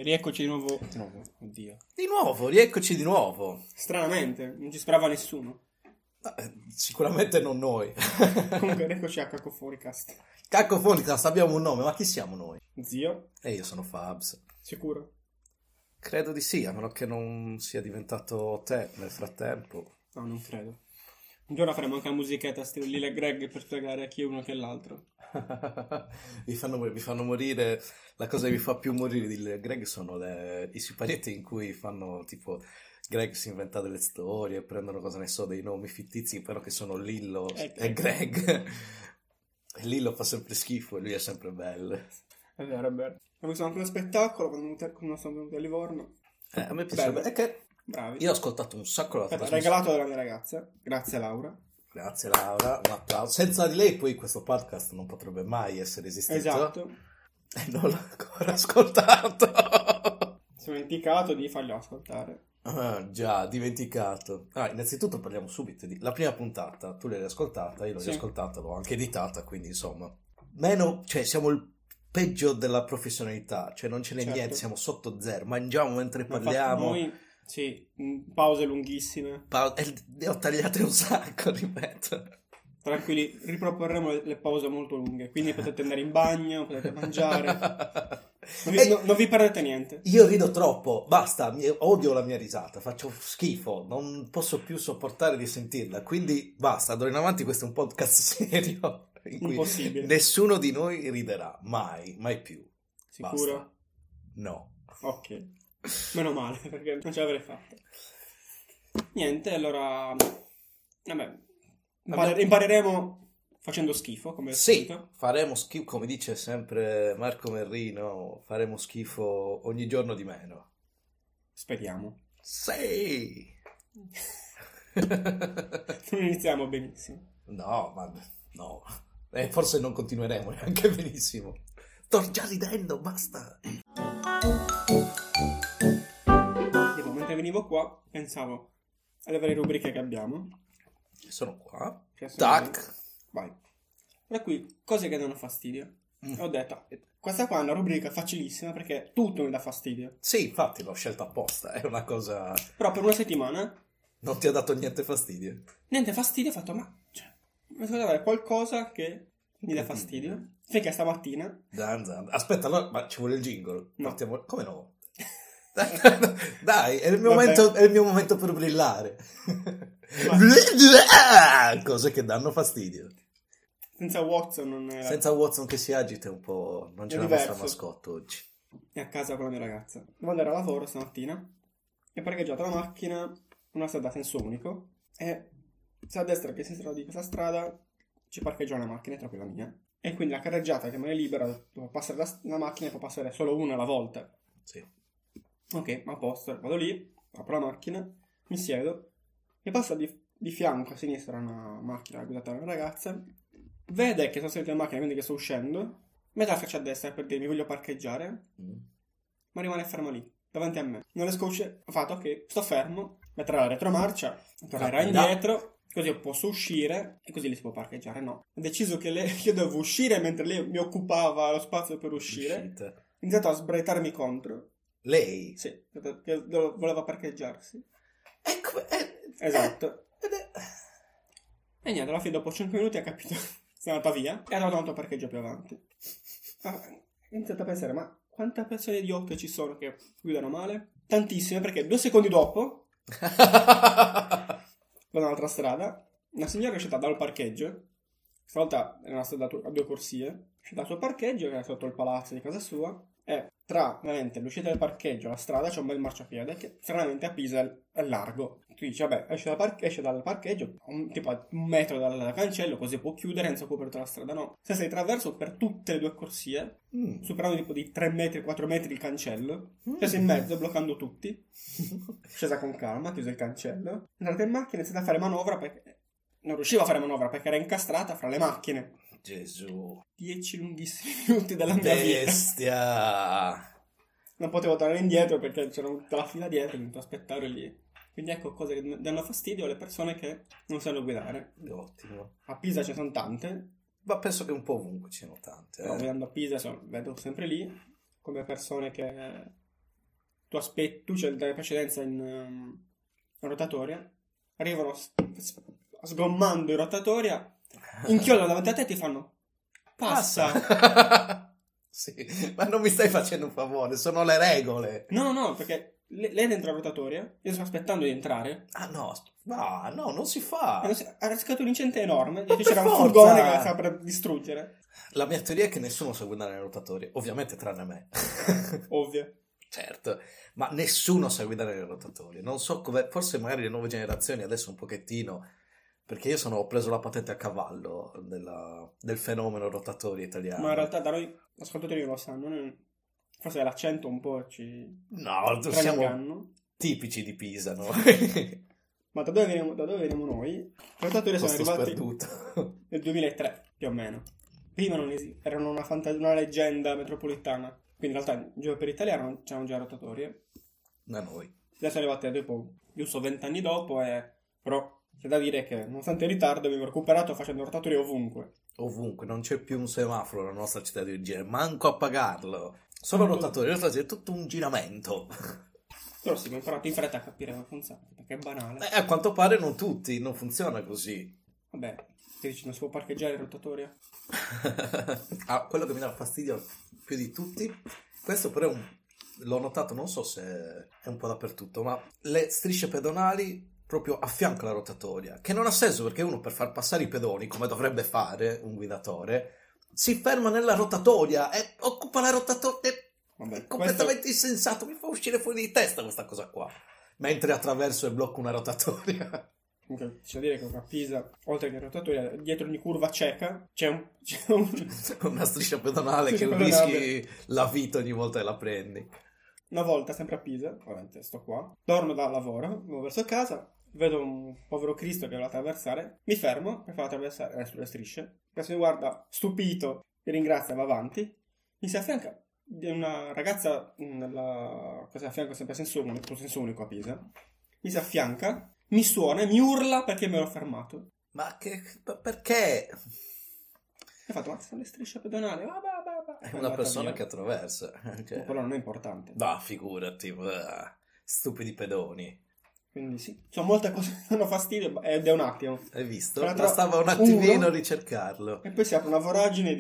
rieccoci di nuovo. Oddio. Di nuovo, rieccoci di nuovo. Stranamente, non ci sperava nessuno. Sicuramente non noi. Comunque, rieccoci a Cacofonicast. Cacofonicast, abbiamo un nome, ma chi siamo noi? Zio? E io sono Fabs. Sicuro? Credo di sì, a meno che non sia diventato te nel frattempo. No, non credo. Un giorno faremo anche la musichetta stile Lille e Greg per spiegare a chi è uno che è l'altro. mi fanno morire. La cosa che mi fa più morire di Greg sono i siparietti in cui fanno tipo Greg si inventa delle storie, prendono cosa ne so dei nomi fittizi però che sono Lillo e Greg. E Lillo fa sempre schifo e lui è sempre bello. È vero, è vero. Abbiamo visto anche uno spettacolo quando sono venuti a Livorno. A me piace. È che bravi. io ho ascoltato un sacco la trasmissione. Regalato dalla mia ragazza. Grazie Laura. Grazie Laura, un applauso. Senza di lei poi questo podcast non potrebbe mai essere esistito. Esatto. E non l'ho ancora ascoltato. Sono dimenticato di farlo ascoltare. Ah, già, dimenticato. Innanzitutto parliamo subito di la prima puntata. Tu l'hai ascoltata, io l'ho riascoltata, l'ho anche editata, quindi insomma. Siamo il peggio della professionalità, cioè non ce n'è niente, siamo sotto zero, mangiamo mentre parliamo. Noi, sì, pause lunghissime. Ne ho tagliate un sacco, ripeto. Tranquilli, riproporremo le pause molto lunghe, quindi potete andare in bagno, potete mangiare. Non vi perdete niente. Io rido troppo, basta, odio la mia risata, faccio schifo, non posso più sopportare di sentirla, quindi basta, d'ora in avanti questo è un podcast serio in cui impossibile. Nessuno di noi riderà, mai più. Sicuro? Basta. No. Ok, meno male, perché non ce l'avrei fatta. Niente, allora, vabbè, impareremo facendo schifo, come sì, faremo schifo, come dice sempre Marco Merrino, faremo schifo ogni giorno di meno. Speriamo. Sì! Non iniziamo benissimo. No, ma no. Forse non continueremo neanche benissimo. Sto già ridendo, basta. Mentre venivo qua, pensavo alle varie rubriche che abbiamo. Sono qua. Tac. Vai. Da qui, cose che danno fastidio. Ho detto, questa qua è una rubrica facilissima perché tutto mi dà fastidio. Sì, infatti l'ho scelta apposta, è una cosa... Però per una settimana... Non ti ha dato niente fastidio? Niente fastidio, ho fatto, ma... mi devo avere qualcosa che mi dà fastidio. Finché stamattina... Aspetta, allora, ma ci vuole il jingle? No. Partiamo... Come no? Dai, è il mio momento per brillare. Cose che danno fastidio. Senza Watson non è... Senza Watson che si agita un po'. Non c'è la nostra mascotte oggi. È a casa con la mia ragazza. Devo andare a lavoro stamattina. E parcheggiato la macchina una strada a senso unico. E sia a destra che a sinistra di questa strada ci parcheggia una macchina, tra quella mia. E quindi la carreggiata che me è libera, devo passare la macchina e può passare solo una alla volta. Sì. Ok, a posto, vado lì, apro la macchina, mi siedo, mi passa di fianco a sinistra una macchina guidata da una ragazza, vede che sono salito in macchina, quindi che sto uscendo, mette la faccia a destra per dirmi voglio parcheggiare, ma rimane fermo lì, davanti a me. Non riesco a uscire, ho fatto ok, sto fermo, metterà la retromarcia, tornerà indietro, così io posso uscire e così lì si può parcheggiare, no. Ho deciso che io dovevo uscire mentre lei mi occupava lo spazio per uscire, ho iniziato a sbraitarmi contro. Lei? Sì, perché voleva parcheggiarsi. Ecco, esatto. E niente, alla fine dopo 5 minuti ha capito, si è andata via e ha trovato un altro parcheggio più avanti. Ho iniziato a pensare, ma quante persone idiote ci sono che guidano male? Tantissime, perché 2 secondi dopo, da un'altra strada, una signora è uscita dal parcheggio, stavolta era una strada a 2 corsie, è uscita dal suo parcheggio, che era sotto il palazzo di casa sua, e tra veramente l'uscita del parcheggio e la strada c'è un bel marciapiede che stranamente a Pisa è largo. Tu dici, vabbè, esce dal parcheggio tipo a 1 metro dal cancello, così può chiudere senza coprire tutta la strada. No, se sei traverso per tutte le 2 corsie, superando tipo di 3 metri, 4 metri il cancello, scesa in mezzo, bloccando tutti, scesa con calma, chiuso il cancello, entrata in macchina e iniziata a fare manovra perché non riusciva a fare manovra perché era incastrata fra le macchine. Gesù. 10 lunghissimi minuti della mia vita. Bestia. Non potevo tornare indietro perché c'era tutta la fila dietro, mi dovevo aspettare lì. Quindi ecco cose che danno fastidio alle persone che non sanno guidare. Ottimo. A Pisa ce ne sono tante. Ma penso che un po' ovunque ci siano tante. Però guidando a Pisa vedo sempre lì come persone che tu aspetti, tu c'è la precedenza in rotatoria, arrivano sgommando in rotatoria, inchiodano davanti a te e ti fanno passa. Sì, ma non mi stai facendo un favore, sono le regole. No, perché lei entra in rotatoria, io sto aspettando di entrare. Ah no, non si fa. Ha rischiato un incidente enorme, Ma e c'era per un forza! furgone che la stava per distruggere. La mia teoria è che nessuno sa guidare nelle rotatorie, ovviamente tranne me. Ovvio. Certo, ma nessuno sa guidare nelle rotatorie. Non so come, forse magari le nuove generazioni adesso un pochettino, perché io ho preso la patente a cavallo del fenomeno rotatorio italiano. Ma in realtà da noi, gli ascoltatori lo sanno, forse l'accento un po' ci No, siamo frainganno. tipici di Pisa, no? Ma da dove veniamo noi? I rotatori sono Posto arrivati sperduto. nel 2003, più o meno. Prima non erano una leggenda metropolitana. Quindi in realtà in giro per Italia c'erano già rotatorie. Da noi. Adesso sono arrivate dopo, giusto 20 anni dopo, però c'è da dire che nonostante il ritardo abbiamo recuperato facendo rotatorie ovunque. Ovunque, non c'è più un semaforo nella nostra città di origine, manco a pagarlo. Solo Tutto- rotatori, è tutto un giramento. Però sì, abbiamo imparato in fretta a capire come funziona, perché è banale. A quanto pare non tutti, non funziona così. Vabbè, che dici, non si può parcheggiare in rotatoria? Quello che mi dà fastidio più di tutti, questo però l'ho notato, non so se è un po' dappertutto, ma le strisce pedonali proprio a fianco alla rotatoria, che non ha senso perché uno per far passare i pedoni, come dovrebbe fare un guidatore, si ferma nella rotatoria e occupa la rotatoria. Vabbè, È completamente insensato, mi fa uscire fuori di testa questa cosa qua. Mentre attraverso e blocco una rotatoria. Comunque, c'è da dire che a Pisa, oltre che in rotatoria, dietro ogni curva cieca c'è un Una striscia pedonale Striscia che pedonale. rischi la vita ogni volta che la prendi. Una volta, sempre a Pisa, ovviamente sto qua, torno dal lavoro, vado verso casa, vedo un povero Cristo che vuole attraversare, mi fermo per farlo attraversare sulle strisce, questo mi guarda stupito, mi ringrazia, va avanti, mi si affianca una ragazza nella casa a fianco sempre senso unico a Pisa, mi si affianca, mi suona e mi urla perché mi ero fermato. Perché? E ho fatto, ma sono le strisce pedonali, È una persona che attraversa. Cioè, quello non è importante. no, figurati, stupidi pedoni. Quindi sì, sono molte cose che danno fastidio ed è un attimo. Hai visto? Tra l'altro, Bastava un attimino uno, ricercarlo. e poi si apre una voragine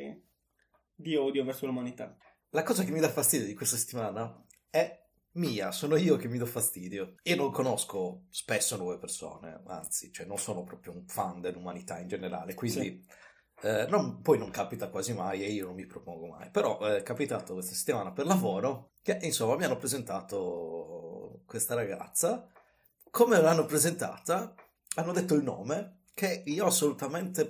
di odio verso l'umanità. La cosa che mi dà fastidio di questa settimana è mia, sono io che mi do fastidio. Io non conosco spesso nuove persone, anzi, cioè non sono proprio un fan dell'umanità in generale, quindi poi non capita quasi mai e io non mi propongo mai. Però è capitato questa settimana per lavoro che insomma mi hanno presentato questa ragazza. Come l'hanno presentata? Hanno detto il nome che io assolutamente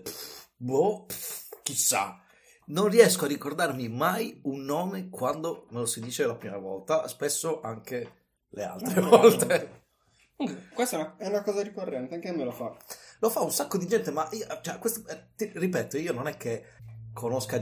chissà. Non riesco a ricordarmi mai un nome quando me lo si dice la prima volta, spesso anche le altre volte. Questa è una cosa ricorrente, anche a me lo fa. Lo fa un sacco di gente, ma io, cioè, ripeto, io non è che conosca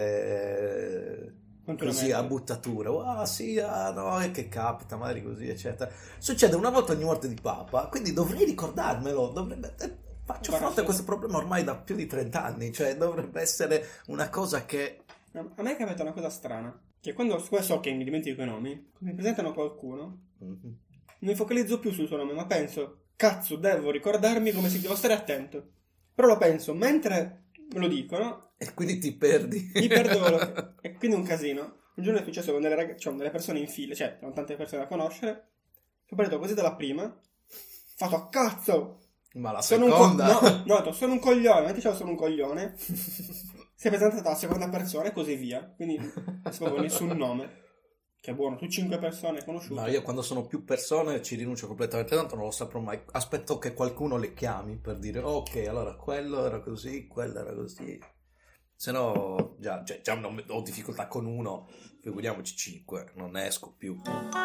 gente così a buttatura. Sì, no, è che capita, magari così, eccetera. Succede una volta ogni morte di papa, quindi dovrei ricordarmelo, faccio fronte a questo problema ormai da più di 30 anni, cioè dovrebbe essere una cosa che... A me è capita una cosa strana, che quando so che mi dimentico i nomi, quando mi presentano qualcuno, non mi focalizzo più sul suo nome, ma penso, cazzo, devo ricordarmi come si devo stare attento. Però lo penso mentre me lo dicono... E quindi ti perdi. Mi perdo, e quindi è un casino. Un giorno è successo con delle persone in fila, cioè, sono tante persone da conoscere, ho preso così dalla prima, ho fatto a cazzo! Ma la Sono seconda? no, sono un coglione, mentre dicevo sono un coglione, si è presentata la seconda persona e così via, quindi non si può nessun nome, che è buono, su 5 persone conosciute. No, io quando sono più persone ci rinuncio completamente, tanto non lo saprò mai, aspetto che qualcuno le chiami per dire ok, allora quello era così, quello era così, se no già ho difficoltà con uno, figuriamoci 5, non ne esco più.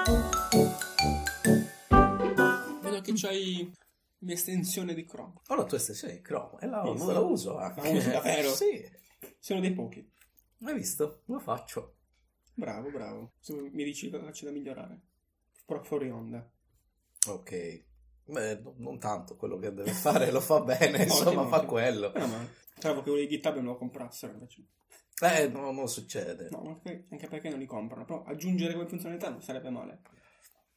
Vedo che c'hai un'estensione di Chrome. Ho la tua estensione di Chrome e la Visto? uso anche. La usi davvero? Sì. Sono dei pochi. Hai visto? Lo faccio. Bravo. Se mi dici cosa c'è da migliorare. Fuori onda. Ok. Beh, non tanto quello che deve fare, lo fa bene, insomma, fa quello. Ma trovo che uno di GitHub non lo comprassero invece. No, non succede. No, anche perché non li comprano. Però aggiungere come funzionalità non sarebbe male.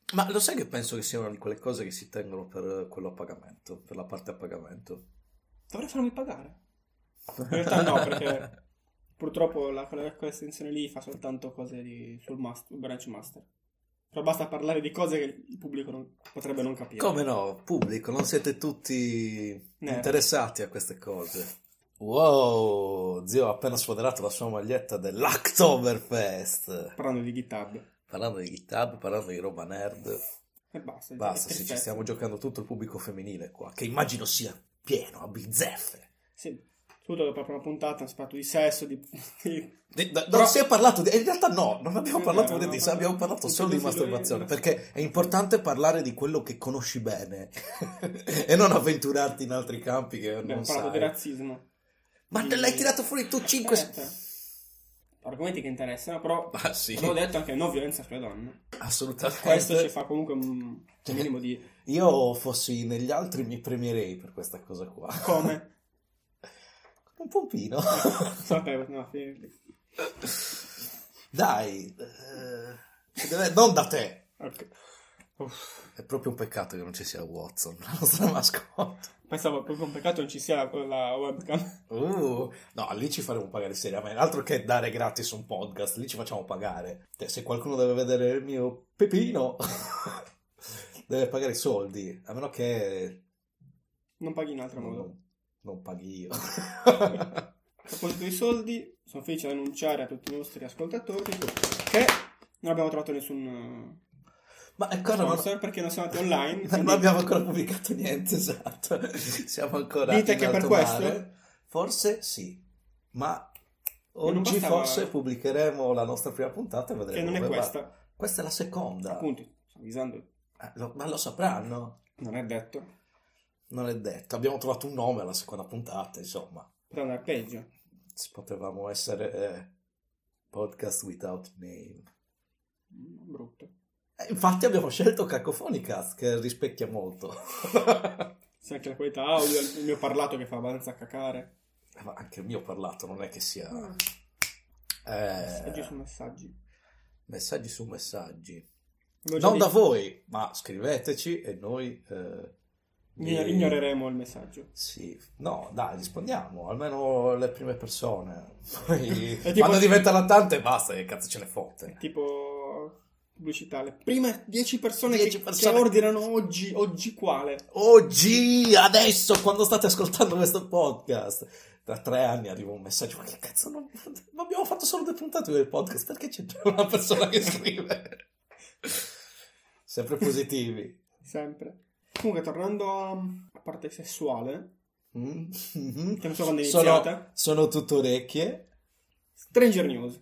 Ma lo sai che penso che sia una di quelle cose che si tengono per quello a pagamento, per la parte a pagamento? Dovrei farmi pagare. In realtà no, perché purtroppo quella estensione lì fa soltanto cose sul branch master. Però basta parlare di cose che il pubblico potrebbe non capire. Come no, pubblico, non siete tutti interessati a queste cose. Wow, zio ha appena sfoderato la sua maglietta dell'Oktoberfest. Parlando di GitHub. Parlando di GitHub, parlando di roba nerd. E basta. Basta, sì, ci stiamo giocando tutto il pubblico femminile qua, che immagino sia pieno, a bizzeffe. Sì. Tutto dopo la prima puntata hanno parlato di sesso, Non si è parlato in realtà no, non abbiamo parlato di sesso, abbiamo parlato solo di masturbazione, perché è importante parlare di quello che conosci bene e non avventurarti in altri campi che abbiamo non parlato sai. di razzismo. Ma te l'hai tirato fuori tu 5 argomenti che interessano, però sì. avevo detto anche no violenza sulle donne. Assolutamente. Questo ci fa comunque un minimo di... Io fossi negli altri mi premierei per questa cosa qua. Come? Un pompino. Sapevo, no, Dai, non da te. Okay. È proprio un peccato che non ci sia Watson, la nostra mascotte. Pensavo proprio un peccato non ci sia la webcam. No, lì ci faremo pagare seriamente. Altro che dare gratis un podcast, lì ci facciamo pagare. Se qualcuno deve vedere il mio pepino, deve pagare i soldi. A meno che... Non paghi in altro modo. Non paghi io. A proposito dei soldi, sono felice di annunciare a tutti i nostri ascoltatori che non abbiamo trovato nessun ma ancora sponsor perché non siamo andati online. Non abbiamo ancora pubblicato niente, esatto. Siamo ancora dite che per questo? Mare. Forse sì, ma oggi forse pubblicheremo la nostra prima puntata e vedremo. Che non è questa. Va. Questa è la seconda. Appunto, sto avvisando. Ma lo sapranno. Non è detto. Non è detto. Abbiamo trovato un nome alla seconda puntata, insomma. Poteva andare peggio. Potevamo essere podcast without name. Brutto. Infatti abbiamo scelto Cacophonicast, che rispecchia molto. Sì, anche la qualità audio, il mio parlato che fa abbastanza cacare. Ma anche il mio parlato non è che sia... Messaggi su messaggi. Messaggi su messaggi. Non da voi, ma scriveteci e noi... ignoreremo il messaggio. Sì, no, dai, rispondiamo, almeno le prime persone. Poi tipo, quando diventano tante basta, che cazzo ce ne fotte. Tipo pubblicità, le prime 10 persone che ordinano oggi quale? Oggi, adesso, quando state ascoltando questo podcast. Tra 3 anni arriva un messaggio, ma che cazzo, non abbiamo fatto solo 2 puntate del podcast, perché c'è già una persona che scrive? Sempre positivi. Sempre. Comunque, tornando a parte sessuale, che non so quando è iniziata. Sono tutto orecchie. Stranger News.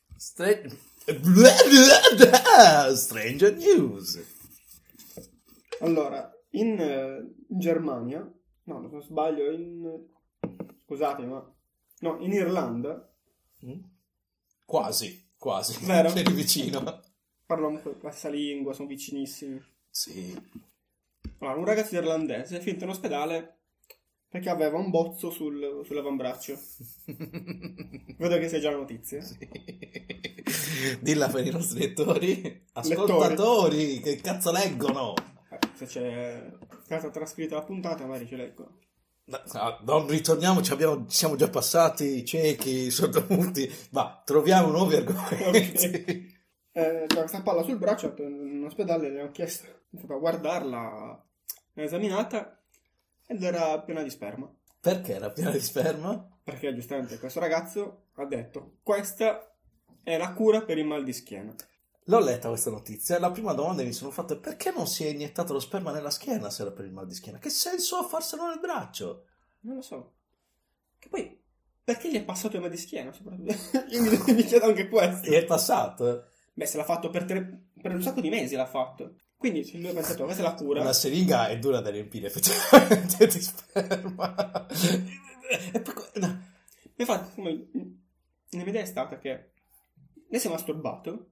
Stranger News. Allora, in Germania, no, non sbaglio, scusate, ma no, in Irlanda. Quasi. Vero? Sei vicino. Parlano la stessa lingua, sono vicinissimi. Sì. Allora, un ragazzo irlandese è finito in ospedale perché aveva un bozzo sull'avambraccio. Vedo che sai già la notizia. Sì. Dilla per i nostri lettori. Ascoltatori, che cazzo leggono? Se c'è stata trascritta la puntata, magari ci leggono. Non ritorniamoci, siamo già passati i ciechi, sordomuti. Va, troviamo nuovi argomenti. Okay. Questa palla sul braccio in ospedale le ho chiesto, è stata a guardarla, l'ho esaminata ed era piena di sperma. Perché era piena di sperma? Perché giustamente questo ragazzo ha detto questa è la cura per il mal di schiena. L'ho letta questa notizia, la prima domanda che mi sono fatta è perché non si è iniettato lo sperma nella schiena se era per il mal di schiena? Che senso ha farselo nel braccio? Non lo so. Che poi, perché gli è passato il mal di schiena? Io mi chiedo anche questo. Gli è passato? Beh, se l'ha fatto per un sacco di mesi l'ha fatto. Quindi se lui ha pensato, questa è la cura. Una siringa è dura da riempire effettivamente di sperma. E poi, no. Infatti, la mia idea è stata che lei si è masturbato.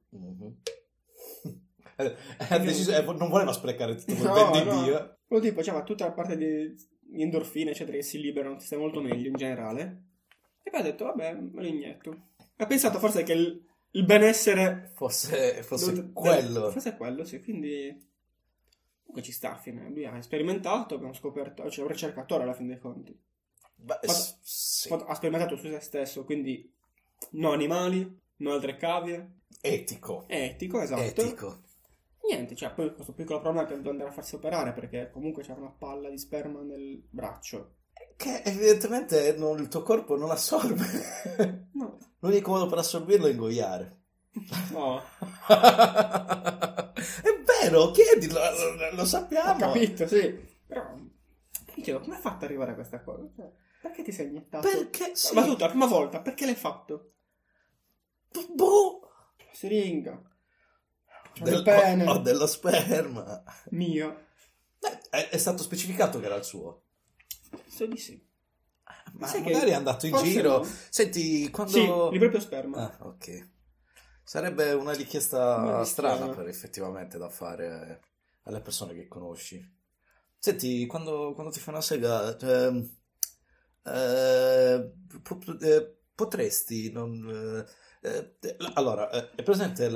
Non voleva sprecare tutto quel ben di Dio. Quello tipo, c'era tutta la parte di endorfine, eccetera, che si liberano, ti stai molto meglio in generale. E poi ha detto, vabbè, me lo inietto. Ha pensato forse che il benessere fosse quello. Forse è quello, sì, quindi comunque ci sta alla fine. Lui ha sperimentato, abbiamo scoperto, cioè un ricercatore alla fine dei conti. Beh, sì. Ha sperimentato su se stesso, quindi no animali, no altre cavie. Etico. Etico, esatto. Etico. Niente, cioè poi questo piccolo problema è che doveva andare a farsi operare perché comunque c'era una palla di sperma nel braccio. Che evidentemente il tuo corpo non assorbe. No. L'unico modo per assorbirlo è ingoiare. No. È vero, chiedilo, lo sappiamo. Ho capito, sì. Però mi chiedo, come hai fatto ad arrivare a questa cosa? Cioè, perché ti sei iniettato? Perché sì. Ma tutto, la prima volta, perché l'hai fatto? Boh. La siringa. Il pene. O dello sperma. Mio. È stato specificato che era il suo. So di sì. Ma sai magari che è andato in forse giro. no. Senti, quando... Sì, il proprio sperma. Ah, ok. Sarebbe una richiesta strana strana. per effettivamente da fare alle persone che conosci. Senti, quando ti fai una sega, potresti non... allora, è presente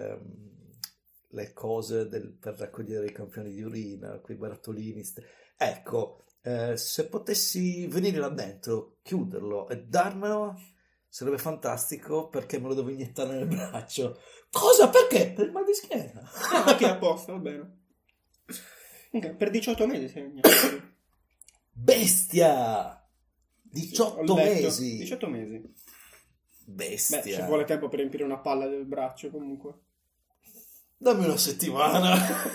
le cose per raccogliere i campioni di urina, quei barattolini? Ecco, se potessi venire là dentro, chiuderlo e darmelo, sarebbe fantastico perché me lo devo iniettare nel braccio. Cosa? Perché? Per il mal di schiena. Ok, a posto, va bene. Ok, per 18 mesi sei iniettato. Bestia! Ho 18 letto. mesi! 18 mesi. Bestia! Beh, ci vuole tempo per riempire una palla del braccio, comunque. Dammi una settimana.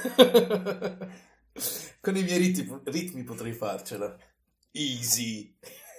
Con i miei ritmi potrei farcela. Easy.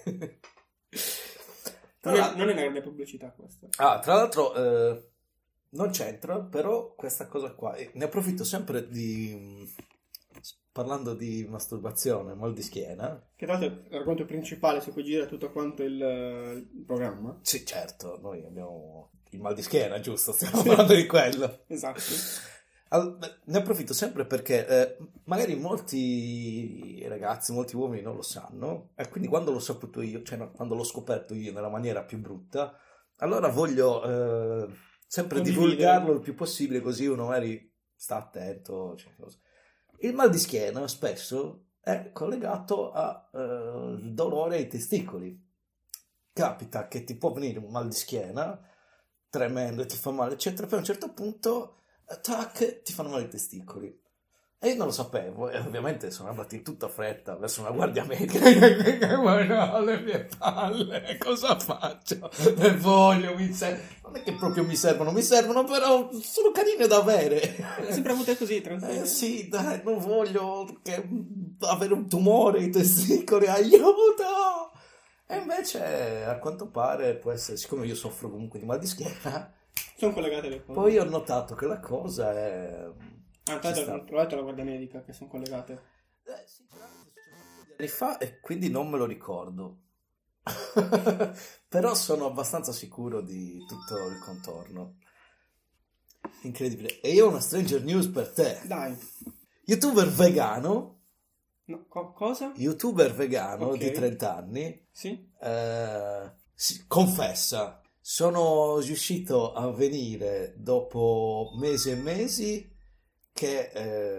Non è una grande pubblicità questa. Tra l'altro non c'entra, però questa cosa qua, e ne approfitto sempre parlando di masturbazione, mal di schiena. Che tra l'altro è l'argomento principale su cui gira tutto quanto il programma. Sì, certo, noi abbiamo il mal di schiena, giusto? Stiamo parlando di quello. Esatto. Ne approfitto sempre perché magari molti ragazzi, molti uomini non lo sanno, e quindi quando l'ho saputo io, cioè no, quando l'ho scoperto io nella maniera più brutta, allora voglio sempre Condividere. divulgarlo il più possibile, così uno magari sta attento. Cioè, il mal di schiena spesso è collegato al dolore ai testicoli. Capita che ti può venire un mal di schiena tremendo e ti fa male, eccetera, poi a un certo punto tac, ti fanno male i testicoli. E io non lo sapevo, e ovviamente sono andato in tutta fretta verso una guardia medica. Guarda le mie palle, cosa faccio? Le voglio, non è che proprio mi servono, però sono carine da avere. Sempre avute così, tranquillo. Sì, dai, non voglio avere un tumore ai testicoli, aiuto! E invece, a quanto pare, può essere, siccome io soffro comunque di mal di schiena, Sono collegate le cose. poi ho notato che la cosa è... Tra l'altro la guardia medica che sono collegate. Sinceramente è successo un po' di anni fa e quindi non me lo ricordo. Però sono abbastanza sicuro di tutto il contorno. Incredibile. E io ho una stranger news per te. Dai. YouTuber vegano. No, cosa? YouTuber vegano Ok. di 30 anni. Sì? Confessa. Sono riuscito a venire dopo mesi e mesi che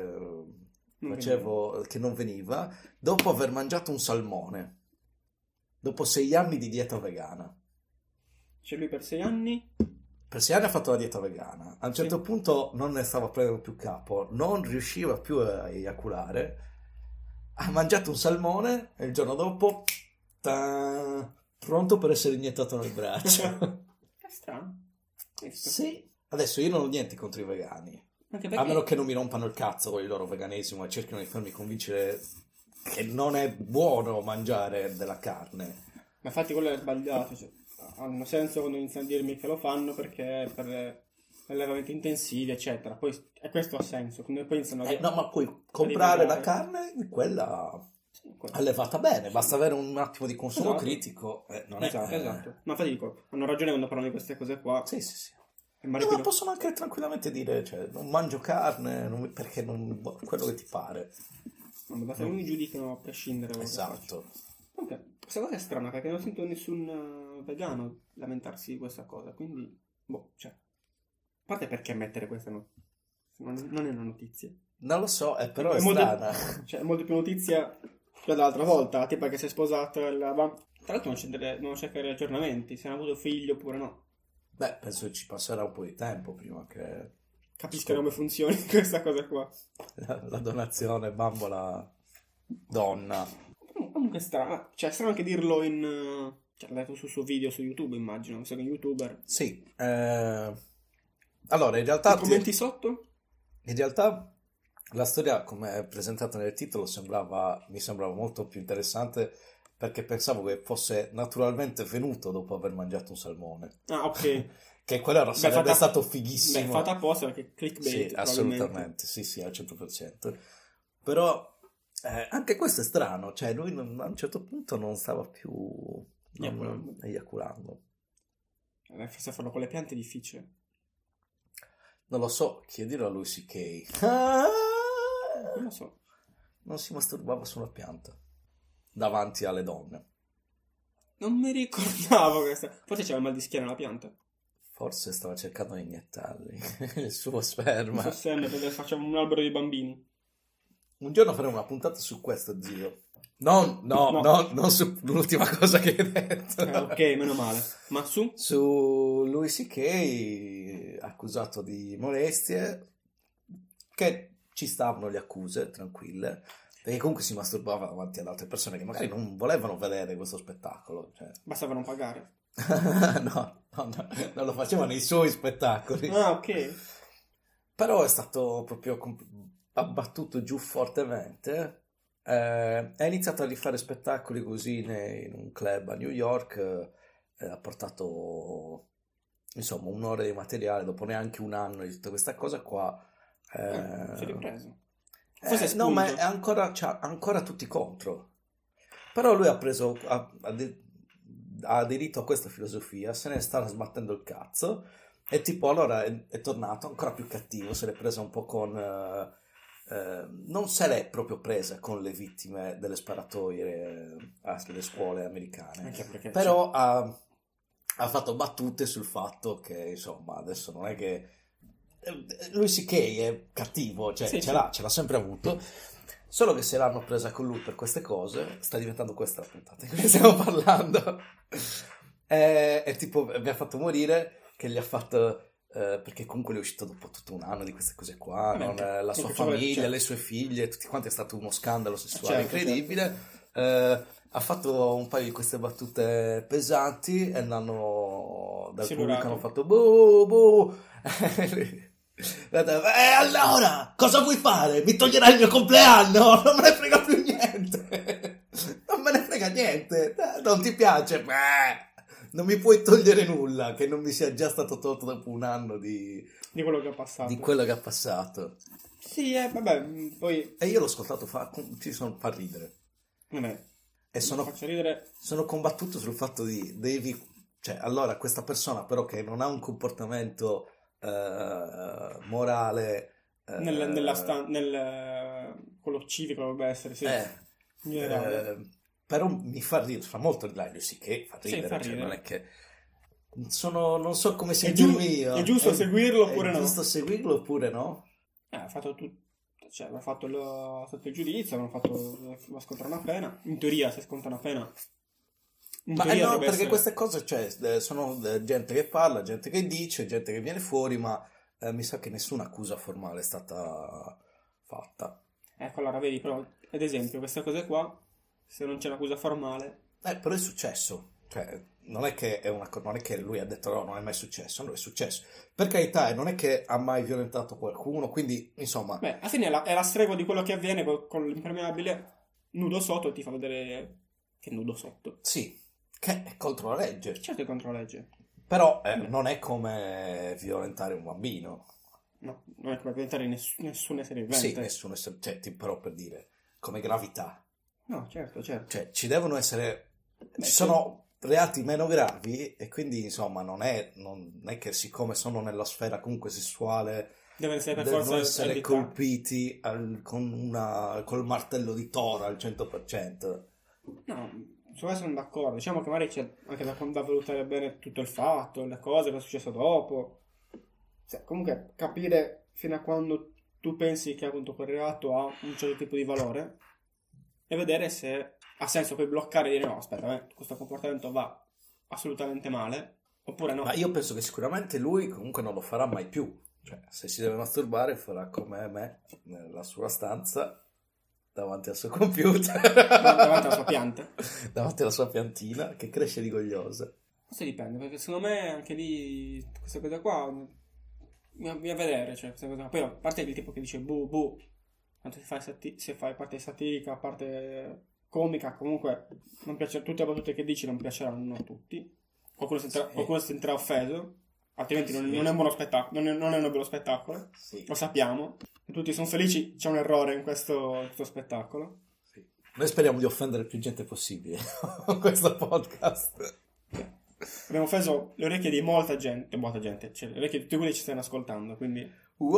che non veniva, dopo aver mangiato un salmone, dopo 6 anni di dieta vegana. Cioè lui per 6 anni? Per 6 anni ha fatto la dieta vegana, a un certo punto non ne stava prendendo più capo, non riusciva più a eiaculare, ha mangiato un salmone e il giorno dopo pronto per essere iniettato nel braccio. Che strano. Questo. Sì, adesso io non ho niente contro i vegani. Anche A perché meno che non mi rompano il cazzo con il loro veganesimo e cerchino di farmi convincere che non è buono mangiare della carne. Ma infatti quello è sbagliato. Cioè, hanno senso quando iniziano a dirmi che lo fanno perché per allevamenti intensivi, eccetera. Poi e questo ha senso. Quando poi iniziano a No, ma puoi comprare la divulgare. carne, quella Sì, quello. allevata bene, basta avere un attimo di consumo Esatto. critico. Non Esatto, è... esatto. Ma infatti dico, hanno ragione quando parlano di queste cose qua. Sì, sì, sì. È No, ma maripolo- possono anche tranquillamente dire, cioè, non mangio carne, perché non... quello che ti pare. Vabbè, basta che mi giudicano a prescindere da quello che faccio. Esatto. Comunque, questa cosa è strana perché non sento nessun vegano lamentarsi di questa cosa, quindi, boh, cioè, parte perché mettere questa non è una notizia. Non lo so, però è molto, strana. cioè, è molto più notizia dell'altra volta, tipo che si è sposato tra l'altro non c'è che aggiornamenti, se hanno avuto figli oppure no. Beh, penso che ci passerà un po' di tempo prima che Capiscono come funzioni questa cosa qua. la donazione bambola donna. Comunque strano, cioè strano anche dirlo cioè l'ha detto sul suo video su YouTube, immagino, se è un youtuber. Sì, allora in realtà Commenti sotto? In realtà la storia, come è presentata nel titolo, mi sembrava molto più interessante perché pensavo che fosse naturalmente venuto dopo aver mangiato un salmone. Ah, ok. Che quello sarebbe stato fighissimo. Beh, fatta apposta perché clickbait. Sì, assolutamente, sì, al 100%. Però anche questo è strano, cioè lui a un certo punto non stava più eiaculando. Forse farlo con le piante è difficile. Non lo so, chiedilo a lui C.K. Non lo so. Non si masturbava sulla pianta davanti alle donne. Non mi ricordavo questa. Forse c'era mal di schiena la pianta. Forse stava cercando di iniettargli il suo sperma. Non so sempre perché facciamo un albero di bambini. Un giorno faremo una puntata su questo, zio. No, non sull'ultima cosa che hai detto. Ok, meno male. Ma su? Su Louis C.K. accusato di molestie, che ci stavano le accuse, tranquille, perché comunque si masturbava davanti ad altre persone che magari non volevano vedere questo spettacolo. Cioè. Bastava non pagare. No, non lo faceva nei suoi spettacoli. Ah, ok. Però è stato proprio abbattuto giù fortemente. Ha iniziato a rifare spettacoli così in un club a New York. Ha portato insomma un'ora di materiale dopo neanche un anno di tutta questa cosa qua. Si è ripreso. No, ma è c'ha ancora tutti contro. Però lui ha preso ha aderito a questa filosofia, se ne sta sbattendo il cazzo e tipo allora è tornato ancora più cattivo, se l'è presa un po' con non se l'è proprio presa con le vittime delle sparatorie alle scuole americane, però ha fatto battute sul fatto che insomma adesso non è che lui sì che è cattivo, cioè ce l'ha sempre avuto, solo che se l'hanno presa con lui per queste cose sta diventando questa la puntata di cui stiamo parlando. È tipo mi ha fatto morire che gli ha fatto perché comunque lui è uscito dopo tutto un anno di queste cose qua, la sua famiglia, le sue figlie, tutti quanti, è stato uno scandalo sessuale incredibile. Ha fatto un paio di queste battute pesanti e dal pubblico hanno fatto buh. Allora cosa vuoi fare? Mi toglierai il mio compleanno? Non me ne frega più niente. Non me ne frega niente. Non ti piace? Non mi puoi togliere nulla che non mi sia già stato tolto dopo un anno di quello che ha passato. Di quello che ha passato. Sì, vabbè, poi... E io l'ho ascoltato, fa ridere. Vabbè, e faccio ridere. Sono combattuto sul fatto cioè, allora, questa persona però che non ha un comportamento morale... quello civico dovrebbe essere, sì. Però mi fa ridere, fa molto ridere, sì che fa ridere, fa ridere. Non è che non so come sentirmi io. È giusto seguirlo oppure no? È giusto seguirlo oppure no? Ha fatto tutto, cioè ha fatto il giudizio, va scontare una pena. In teoria se sconta una pena. Ma no, perché queste cose, cioè, sono gente che parla, gente che dice, gente che viene fuori, ma mi sa che nessuna accusa formale è stata fatta. Ecco, allora vedi, però, ad esempio, queste cose qua, se non c'è un'accusa formale... Però è successo, cioè, non è che lui ha detto no, non è mai successo, no, è successo. Per carità, non è che ha mai violentato qualcuno, quindi, insomma... Beh, alla fine è la stregua di quello che avviene con l'impermeabile nudo sotto e ti fa vedere che è nudo sotto. Sì, che è contro la legge. Certo è contro la legge. Però non è come violentare un bambino. No, non è come violentare nessun essere vivente. Sì, nessun essere, cioè, però per dire, come gravità. No, certo. Cioè, ci devono essere... ci sono reati meno gravi e quindi, insomma, non è che siccome sono nella sfera comunque sessuale devono essere colpiti col martello di Thor al 100%. No, su questo sono d'accordo. Diciamo che magari c'è anche da valutare bene tutto il fatto, le cose, cosa è successo dopo. comunque capire fino a quando tu pensi che appunto quel reato ha un certo tipo di valore e vedere se ha senso poi bloccare e dire no, aspetta, questo comportamento va assolutamente male, oppure no. Ma io penso che sicuramente lui comunque non lo farà mai più. Cioè, se si deve masturbare farà come me, nella sua stanza, davanti al suo computer. Davanti alla sua pianta. Davanti alla sua piantina, che cresce rigogliosa. Questo dipende, perché secondo me anche lì questa cosa qua bisogna vedere, cioè questa cosa qua. Poi a parte il tipo che dice bu, quando se fai parte satirica, parte comica, comunque non piace, tutte le battute che dici non piaceranno a tutti. Qualcuno si sentirà offeso, altrimenti non è un buono spettacolo, non è un bello spettacolo. Sì. Lo sappiamo. Se tutti sono felici, c'è un errore in questo spettacolo. Sì. Noi speriamo di offendere più gente possibile con questo podcast. Abbiamo offeso le orecchie di molta gente, cioè le orecchie di tutti quelli che ci stanno ascoltando, quindi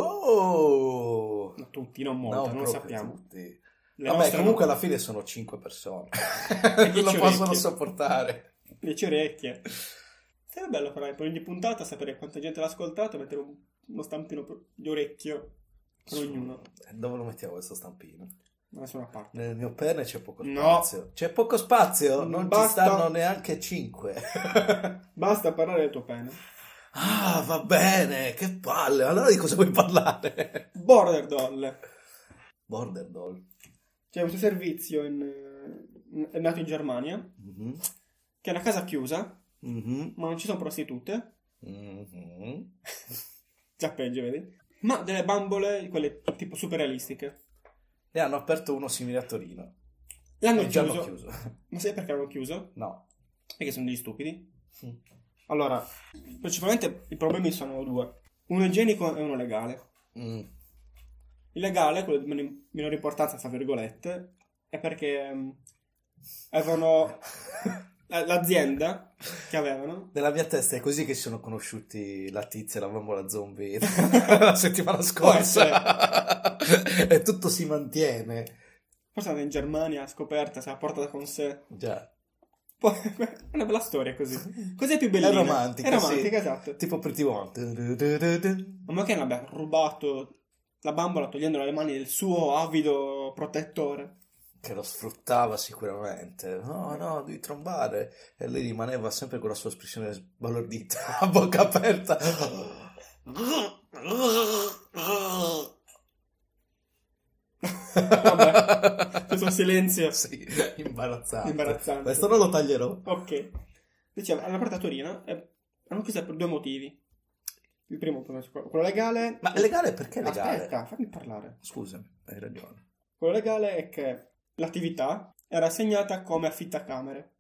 Wow! no, tutti, non molta, non lo proprio sappiamo. tutti. Le Vabbè, nostre comunque no. alla fine sono 5 persone. Dieci Lo possono orecchie. sopportare. 10 orecchie. Sarebbe bello però per ogni puntata sapere quanta gente l'ha ascoltato e mettere uno stampino di orecchio per ognuno. Dove lo mettiamo questo stampino? Da nessuna parte. Nel mio pene c'è poco No. spazio. C'è poco spazio? Non Basta. ci stanno neanche 5. Basta parlare del tuo pene. Ah, va bene, che palle. Allora di cosa vuoi parlare? Border Doll. Border Doll. C'è questo servizio è nato in Germania, Mhm. che è una casa chiusa, Mhm. ma non ci sono prostitute. Mhm. Già peggio, vedi? Ma delle bambole, quelle tipo super realistiche. Ne hanno aperto uno simile a Torino. L'hanno E già chiuso. l'hanno chiuso. Ma sai perché l'hanno chiuso? No. Perché sono degli stupidi. Mm. Allora, principalmente i problemi sono due. Uno igienico e uno legale. Mm. Il legale, quello di minore importanza, tra virgolette, è perché avevano l'azienda che avevano. Nella mia testa è così che si sono conosciuti la tizia e la bambola zombie la settimana scorsa. E tutto si mantiene. Forse è andata in Germania, scoperta, se l'ha portata con sé. Già. Poi, è una bella storia così. Così è più bellina. È romantica, È romantica, sì. esatto. Tipo Pretty Woman. Ma che ne abbia rubato la bambola togliendola dalle mani del suo avido protettore. Che lo sfruttava sicuramente. No, no, devi trombare. E lei rimaneva sempre con la sua espressione sbalordita, a bocca aperta. Vabbè, questo silenzio. Sì, imbarazzante. Imbarazzante. Questo non lo taglierò. Ok. Diceva, hanno portato a Torino e hanno chiuso per due motivi. Il primo, quello legale. Ma è legale perché è legale? Aspetta, fammi parlare. Scusami, hai ragione. Quello legale è che l'attività era assegnata come affittacamere.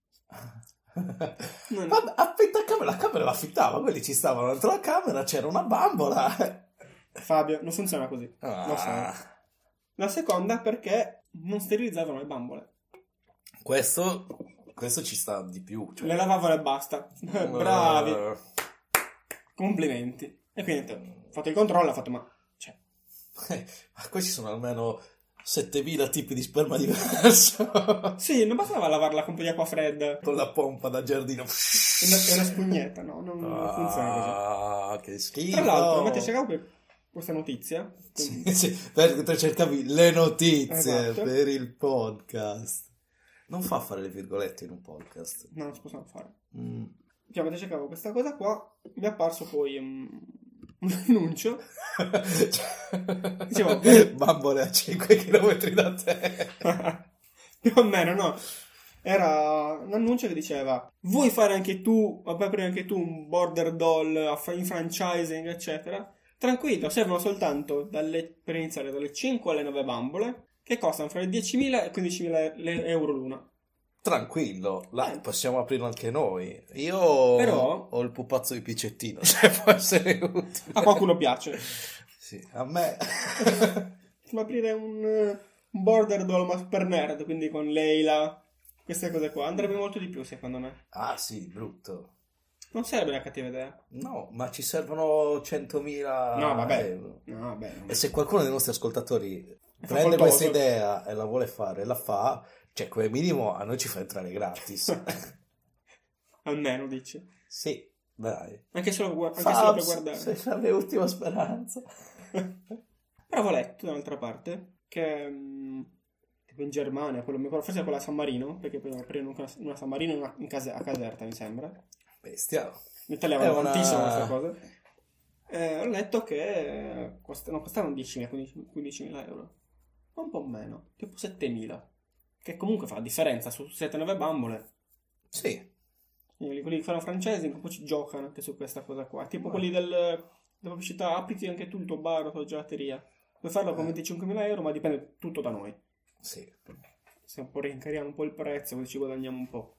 Non- Vabbè, affitta la camera l'affittava, quelli ci stavano dentro la camera, c'era una bambola. Fabio, non funziona così. Ah. Lo sai. La seconda perché non sterilizzavano le bambole. Questo ci sta di più. Cioè. Le lavavano e basta. Bravi. Complimenti. E quindi ho fatto il controllo, ho fatto ma... Cioè, Ma qui ci sono almeno 7000 tipi di sperma diverso. sì, non bastava lavarla con un po' di acqua fredda Con la pompa da giardino. e una spugnetta, no? Non funziona così. Ah, che schifo. Tra l'altro, mentre cercavo questa notizia... Sì, perché cercavi le notizie Esatto. per il podcast. Non fa fare le virgolette in un podcast. No, non si possono fare. Mm. Cioè, mentre cercavo questa cosa qua, mi è apparso poi un annuncio. Dicevo, Bambole a 5 km da te. più o meno, no? Era un annuncio che diceva: vuoi fare anche tu, vuoi aprire anche tu un border doll in franchising, eccetera? Tranquillo, servono soltanto per iniziare dalle 5 alle 9 bambole, che costano fra i 10.000 e 15.000 euro l'una. Tranquillo, là possiamo aprirlo anche noi. Io Però- ho il pupazzo di Piccettino, se può essere utile. A qualcuno piace. Sì, a me. Possiamo aprire un border doll ma per nerd, quindi con Leila, queste cose qua. Andrebbe molto di più, secondo me. Ah sì, brutto. Non sarebbe una cattiva idea. No, ma ci servono 100.000 No, vabbè. euro. No, vabbè. E se qualcuno dei nostri ascoltatori prende facoltoso. questa idea e la vuole fare e la fa, cioè come minimo a noi ci fa entrare gratis. Almeno, dici. Sì. Dai. Anche solo per Fabs, guardare. sei la mia ultima speranza. Però avevo letto, dall'altra parte, che tipo in Germania, forse quella a San Marino, perché poi aprirono una San Marino e una a Caserta, mi sembra. Bestia. In Italia avevano tantissimo questa cosa. Ho letto che costavano 10.000, 15.000 euro. Ma un po' meno, tipo 7.000. Che comunque fa la differenza su 7-9 bambole. Sì. Quelli che fanno francesi un po' ci giocano anche su questa cosa qua. Tipo quelli della pubblicità, apriti anche tu il tuo bar o la tua gelateria. Puoi farlo con 25.000 euro, ma dipende tutto da noi. Sì. Se un po' rincariamo un po' il prezzo, così ci guadagniamo un po'.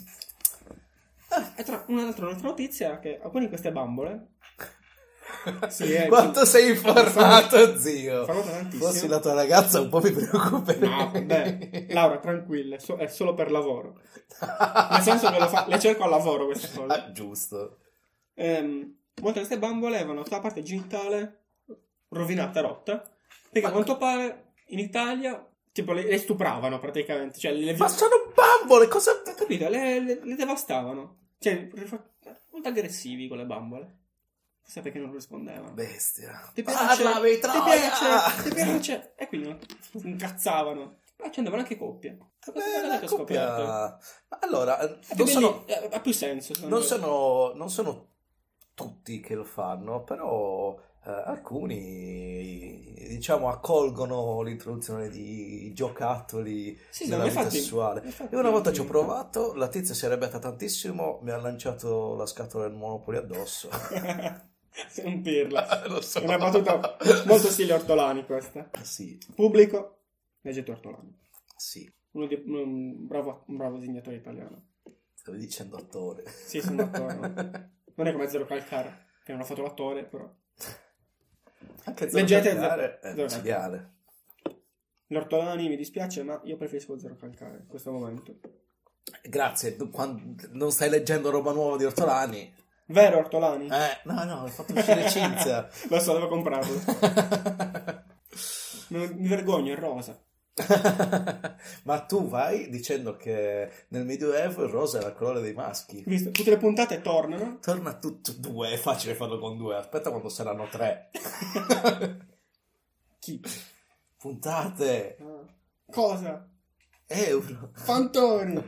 E tra un'altra notizia è che alcune di queste bambole... Quanto sei informato, zio? Fanno tantissimo. Fossi la tua ragazza un po' mi preoccuperei. No, vabbè, Laura, tranquilla, è solo per lavoro. Nel senso che le cerco al lavoro queste cose. Ah, giusto. Molte di queste bambole avevano tutta la parte genitale rovinata, rotta, perché a quanto pare in Italia tipo le stupravano praticamente, cioè ma sono bambole, cosa... capito? Le devastavano, cioè molto aggressivi con le bambole. Forse perché non rispondevano. Bestia. Ti piace? Parlami, Ti piace? E quindi si incazzavano. Ma ci andavano anche coppie. La coppia... Allora, ha più senso. Non sono tutti che lo fanno, però alcuni, diciamo, accolgono l'introduzione di giocattoli nella vita sessuale. Io una volta ci ho provato, la tizia si è arrabbiata tantissimo, mi ha lanciato la scatola del Monopoly addosso. Sei un pirla. Lo so. È una battuta molto stile Ortolani questa. Sì. Pubblico, leggete Ortolani. Sì. Un bravo disegnatore italiano. Stavi dicendo attore. Sì, sono attore. No? Non è come Zero Calcare, che non ha fatto l'attore, però. Anche leggete è micidiale. L'Ortolani mi dispiace, ma io preferisco Zero Calcare in questo momento. Grazie, non stai leggendo roba nuova di Ortolani? Vero Ortolani? No, ho fatto uscire Cinzia. Lo so, devo comprarlo. Mi vergogno, è rosa. Ma tu vai dicendo che nel Medioevo il rosa era il colore dei maschi. Visto, tutte le puntate tornano. Torna tutto 2, è facile farlo con 2. Aspetta quando saranno 3. Chi? Puntate. Cosa? Euro. Fantoni.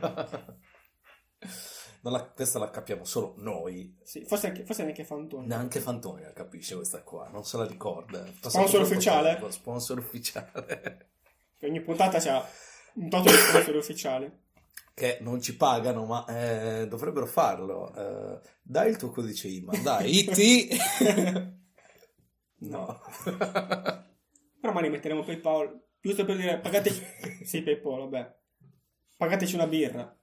Questa la capiamo solo noi. Sì, forse neanche Fantoni. Neanche Fantoni la capisce questa qua, non se la ricorda. Sponsor ufficiale? Sponsor ufficiale. Ogni puntata c'ha un tot di sponsor ufficiali. Che non ci pagano, ma dovrebbero farlo. Dai il tuo codice IMA. Dai, IT. No. Però magari metteremo PayPal, giusto per dire, pagateci... Sì, PayPal, vabbè. Pagateci una birra.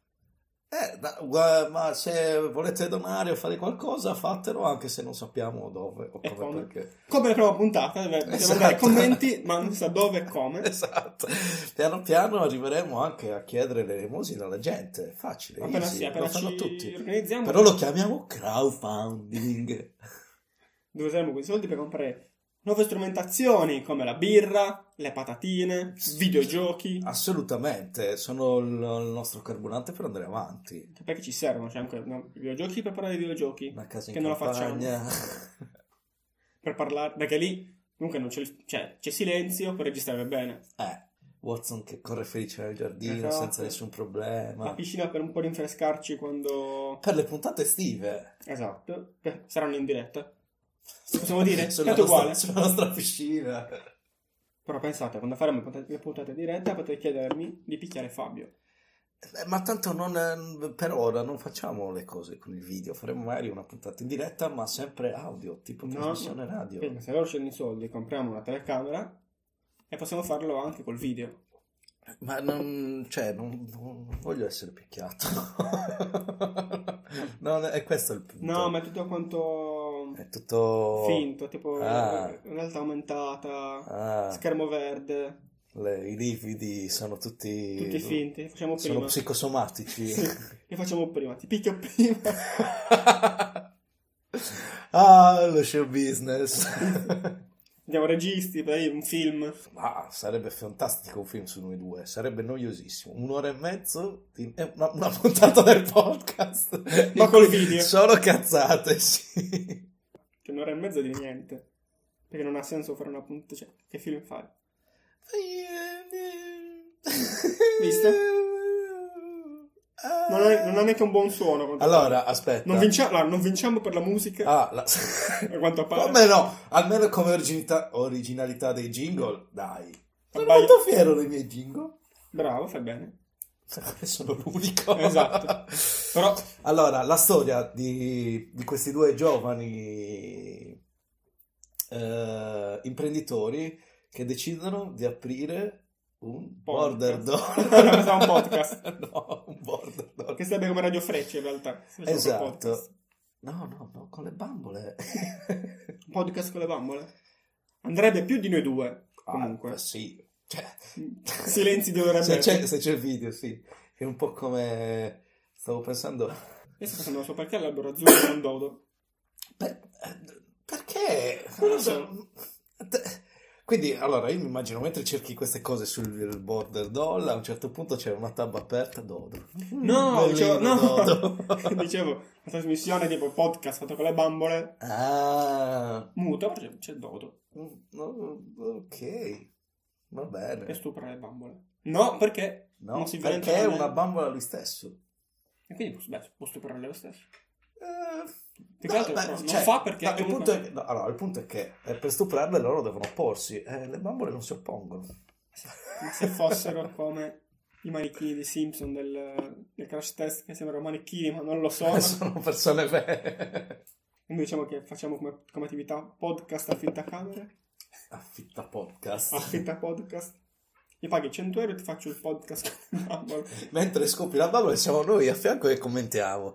Ma se volete donare o fare qualcosa, fatelo, anche se non sappiamo dove o come. Perché... Come la prima puntata, dove mandare commenti, ma non sa dove e come. Esatto. Piano piano arriveremo anche a chiedere l'elemosina alla gente. È facile, appena lo fanno tutti. Organizziamo. Però lo chiamiamo crowdfunding. Dove useremo quei soldi per comprare nuove strumentazioni come la birra, le patatine, videogiochi. Assolutamente, sono il nostro carburante per andare avanti. Perché ci servono, c'è anche videogiochi per parlare di videogiochi. Una casa in che non campagna. lo facciamo. Per parlare, perché lì comunque non c'è silenzio per registrare bene. Watson che corre felice nel giardino, esatto, senza nessun problema. La piscina per un po' rinfrescarci quando... Per le puntate estive. Esatto, che saranno in diretta. Possiamo dire? Sulla nostra piscina. Però pensate, quando faremo le puntate dirette potete chiedermi di picchiare Fabio. Ma tanto per ora non facciamo le cose con il video. Faremo magari una puntata in diretta, ma sempre audio, tipo trasmissione radio. Perché se loro scendono i soldi, compriamo una telecamera e possiamo farlo anche col video. Ma non voglio essere picchiato. È questo il punto. No, ma è tutto quanto... È tutto... finto, tipo realtà aumentata, schermo verde. I lividi sono tutti finti, facciamo prima. Sono psicosomatici. Sì, li facciamo prima, ti picchio prima. Lo show business. Andiamo registi, poi un film. Ma sarebbe fantastico un film su noi due, sarebbe noiosissimo. 1 ora e mezzo di una puntata del podcast. Ma col video. Solo cazzate, sì. Che 1 ora e mezza di niente. Perché non ha senso fare una puntata. Cioè, che film fai? Visto? Non ha neanche un buon suono. Allora, aspetta. Non vinciamo per la musica. A quanto pare. Come no? Almeno come originalità dei jingle, dai. Sono molto fiero dei miei jingle. Bravo, fai bene. Sono l'unico. Esatto. Però allora, la storia di questi due giovani imprenditori che decidono di aprire un border dog. un podcast. No, un border dog. Che sarebbe come Radio Freccia in realtà. Esatto. No, con le bambole. Un podcast con le bambole? Andrebbe più di noi due, comunque. Sì. Cioè, silenzi di ora e mezza. Se c'è il video, sì. È un po' come... Stavo pensando... Io sto pensando, so perché l'albero azzurro è un dodo. Perché? Non lo so. Quindi, allora, io mi immagino, mentre cerchi queste cose sul border doll, a un certo punto c'è una tab aperta, dodo. No, Dodo. Dicevo, la trasmissione tipo podcast fatto con le bambole. Muto, c'è dodo. Ok, va bene. E stupra le bambole. No, perché? No, non si perché è una bambola lui stesso. E quindi può stuprare lo stesso. Non fa perché il punto è che per stuprarle loro devono opporsi, le bambole non si oppongono. Ma se fossero come i manichini di Simpson del Crash Test, che sembrano manichini ma non lo sono. Sono persone vere. E noi diciamo che facciamo come attività podcast affittacamere. Affitta podcast. Mi paghi 100 euro e ti faccio il podcast con le bambole. Mentre scopri la bambola siamo noi a fianco e commentiamo.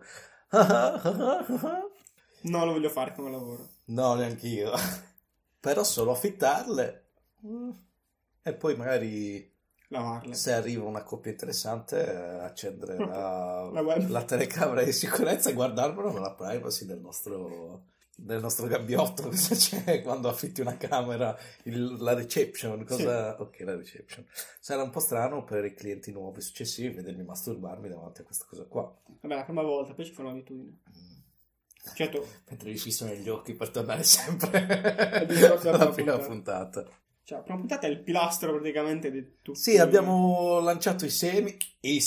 No, lo voglio fare come lavoro. No, neanche io. Però solo affittarle e poi magari lavarle. Se arriva una coppia interessante, accendere web. la telecamera di sicurezza e guardarmelo nella privacy del nostro gabbiotto. Cosa c'è quando affitti una camera? La reception, cosa? Sì. Ok, la reception. Sarà un po' strano per i clienti nuovi successivi vedermi masturbarmi davanti a questa cosa qua. Vabbè, la prima volta, poi ci fa un'abitudine. Certo. Mentre li fisso negli occhi per tornare sempre alla prima puntata. Cioè, la prima puntata è il pilastro praticamente di tutto. Sì, abbiamo lanciato i semi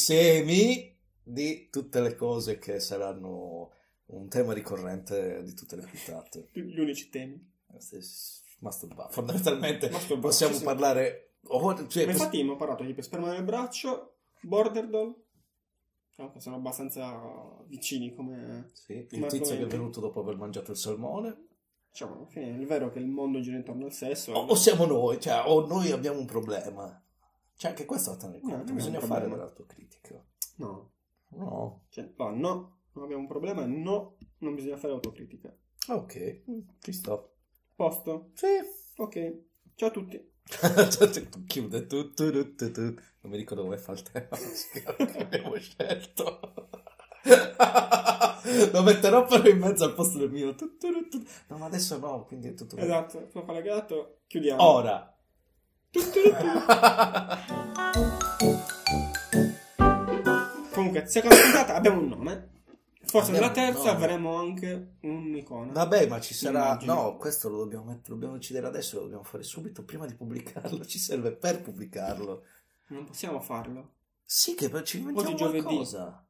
di tutte le cose che saranno un tema ricorrente di tutte le puntate. Gli unici temi. Fondamentalmente possiamo parlare... infatti abbiamo parlato di sperma nel braccio, border doll, che sono abbastanza vicini come... Sì, il tizio che è venuto dopo aver mangiato il salmone. Diciamo, alla fine è vero che il mondo gira intorno al sesso. O siamo noi, o noi abbiamo un problema. Cioè, anche questo da tenere conto. Bisogna fare dell'autocritica. No. Cioè, non abbiamo un problema, no, non bisogna fare autocritica. Ok, ci sto. Posto? Sì. Ok, ciao a tutti. Chiude tutto. Non mi ricordo come fa il tema che abbiamo scelto. Lo metterò però in mezzo al posto del mio. No, ma adesso no, quindi è tutto bene. Esatto, sono collegato, chiudiamo. Ora. Comunque, seconda puntata abbiamo un nome. Forse nella terza avremo anche un'icona. Vabbè, ma ci sarà... No, questo lo dobbiamo decidere adesso, lo dobbiamo fare subito prima di pubblicarlo. Ci serve per pubblicarlo. Non possiamo farlo. Sì, che ci inventiamo qualcosa.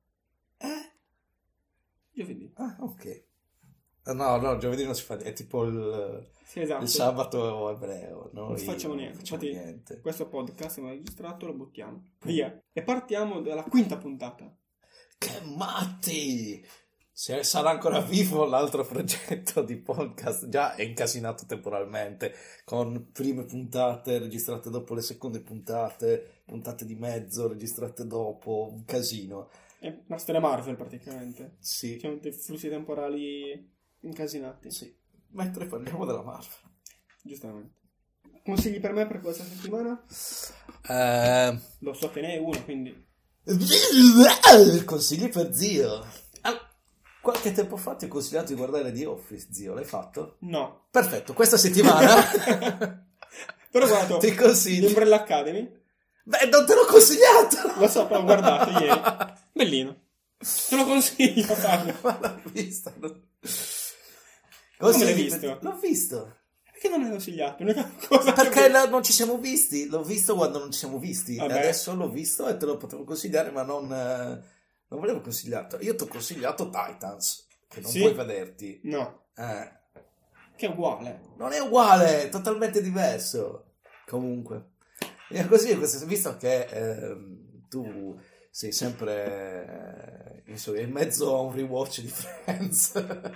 Giovedì. Ah, ok. No, giovedì non si fa... È tipo il sabato ebreo. Non facciamo niente. Questo podcast abbiamo registrato, lo buttiamo. Via. E partiamo dalla quinta puntata. Che matti! Se sarà ancora vivo l'altro progetto di podcast, già è incasinato temporalmente, con prime puntate registrate dopo le seconde puntate di mezzo registrate dopo, un casino. È una storia Marvel praticamente. Sì. C'è dei flussi temporali incasinati. Sì. Mentre parliamo della Marvel. Giustamente. Consigli per me per questa settimana? Lo so che ne è uno, quindi... Consigli per zio. Qualche tempo fa ti ho consigliato di guardare The Office, zio, l'hai fatto? No. Perfetto, questa settimana Però guarda, ti consiglio. Umbrella Academy. Beh, non te l'ho consigliato! Lo so, però ho guardato ieri. Bellino. Te lo consiglio, Fabio. Ma l'ho vista. Come l'hai visto? L'ho visto. Perché non l'hai consigliato? L'unica cosa Perché che... non ci siamo visti. L'ho visto quando non ci siamo visti. Vabbè. E adesso l'ho visto e te lo potevo consigliare, ma non volevo consigliarlo. Io ti ho consigliato Titans, che non Sì? puoi vederti. No, che è uguale. Non è uguale, è totalmente diverso. Comunque. E così, visto che tu sei sempre in mezzo a un rewatch di Friends,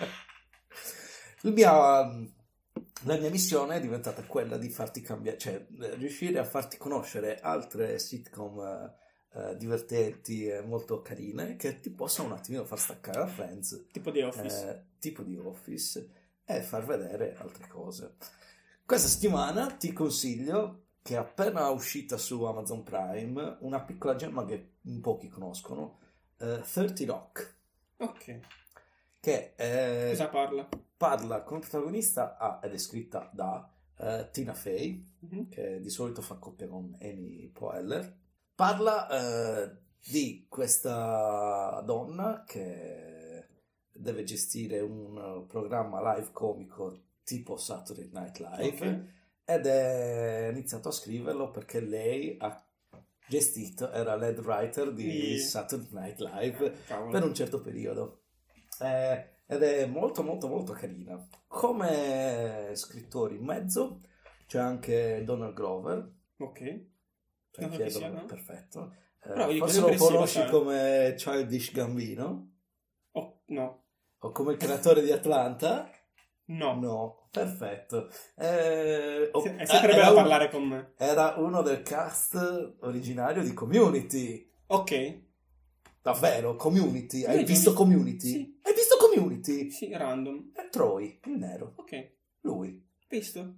la mia missione è diventata quella di farti cambiare, cioè riuscire a farti conoscere altre sitcom divertenti e molto carine che ti possano un attimino far staccare da Friends, Tipo The Office. tipo di Office, e far vedere altre cose. Questa settimana ti consiglio, che è appena uscita su Amazon Prime, una piccola gemma che in pochi conoscono, 30 Rock, Ok. che Cosa parla? parla come protagonista ed è scritta da Tina Fey, Mhm. che di solito fa coppia con Amy Poehler. Parla di questa donna che deve gestire un programma live comico tipo Saturday Night Live, Ok. ed è iniziato a scriverlo perché lei ha gestito, era lead writer di Sì. Saturday Night Live Cavolo. per un certo periodo. Ed è molto molto molto carina. Come scrittori in mezzo c'è anche Donald Glover, Ok. cioè Non so chi è chi sia, Donald? no? Perfetto. Però vedi che Forse lo depressivo, conosci sai. come Childish Gambino Oh, no. o come il creatore di Atlanta? No. No, perfetto. È sempre bello parlare con me. Era uno del cast originario di Community. Ok. Davvero, Community. Io Hai già visto vi- Community? Sì. Hai visto Community? Sì, random. È Troy, il nero. Ok. Lui. Visto?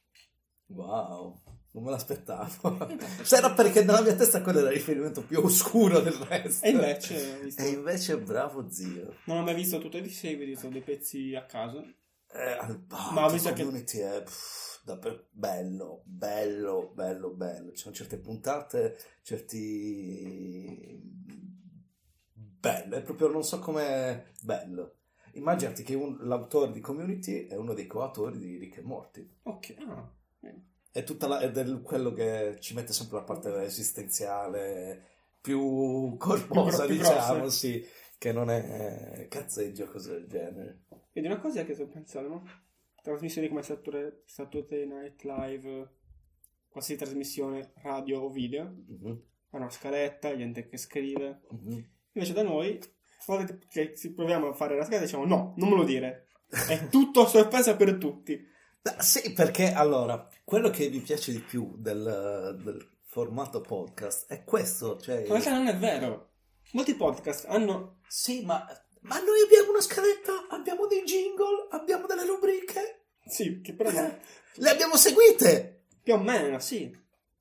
Wow, non me l'aspettavo. Se era perché nella mia testa quello era il riferimento più oscuro del resto. E invece ho visto... E invece bravo zio. Non ho mai visto tutto di seguito, sono dei pezzi a caso. Ma ho visto che- Community è bello, bello, bello, bello. Ci sono certe puntate, certi... bello, è proprio non so com'è bello. Immaginati che l'autore di Community è uno dei coautori di Rick e Morty. Ok, È tutta quello che ci mette sempre la parte esistenziale più corposa, più diciamo, grossa. sì, che non è cazzeggio o cose del genere. Vedi una cosa che sto pensando, no? Trasmissioni come Saturday Night Live, qualsiasi trasmissione radio o video, Mhm, ha una scaletta, gente che scrive. mhm. Invece da noi, guarda che proviamo a fare la scaletta, diciamo no, non me lo dire. È tutto a sorpresa per tutti. Sì, perché allora, quello che mi piace di più del formato podcast è questo, cioè... Ma in realtà non è vero. Molti podcast hanno... Sì, ma noi abbiamo una scaletta, abbiamo dei jingle, abbiamo delle rubriche, Sì, che però no. le abbiamo seguite, Più o meno, sì.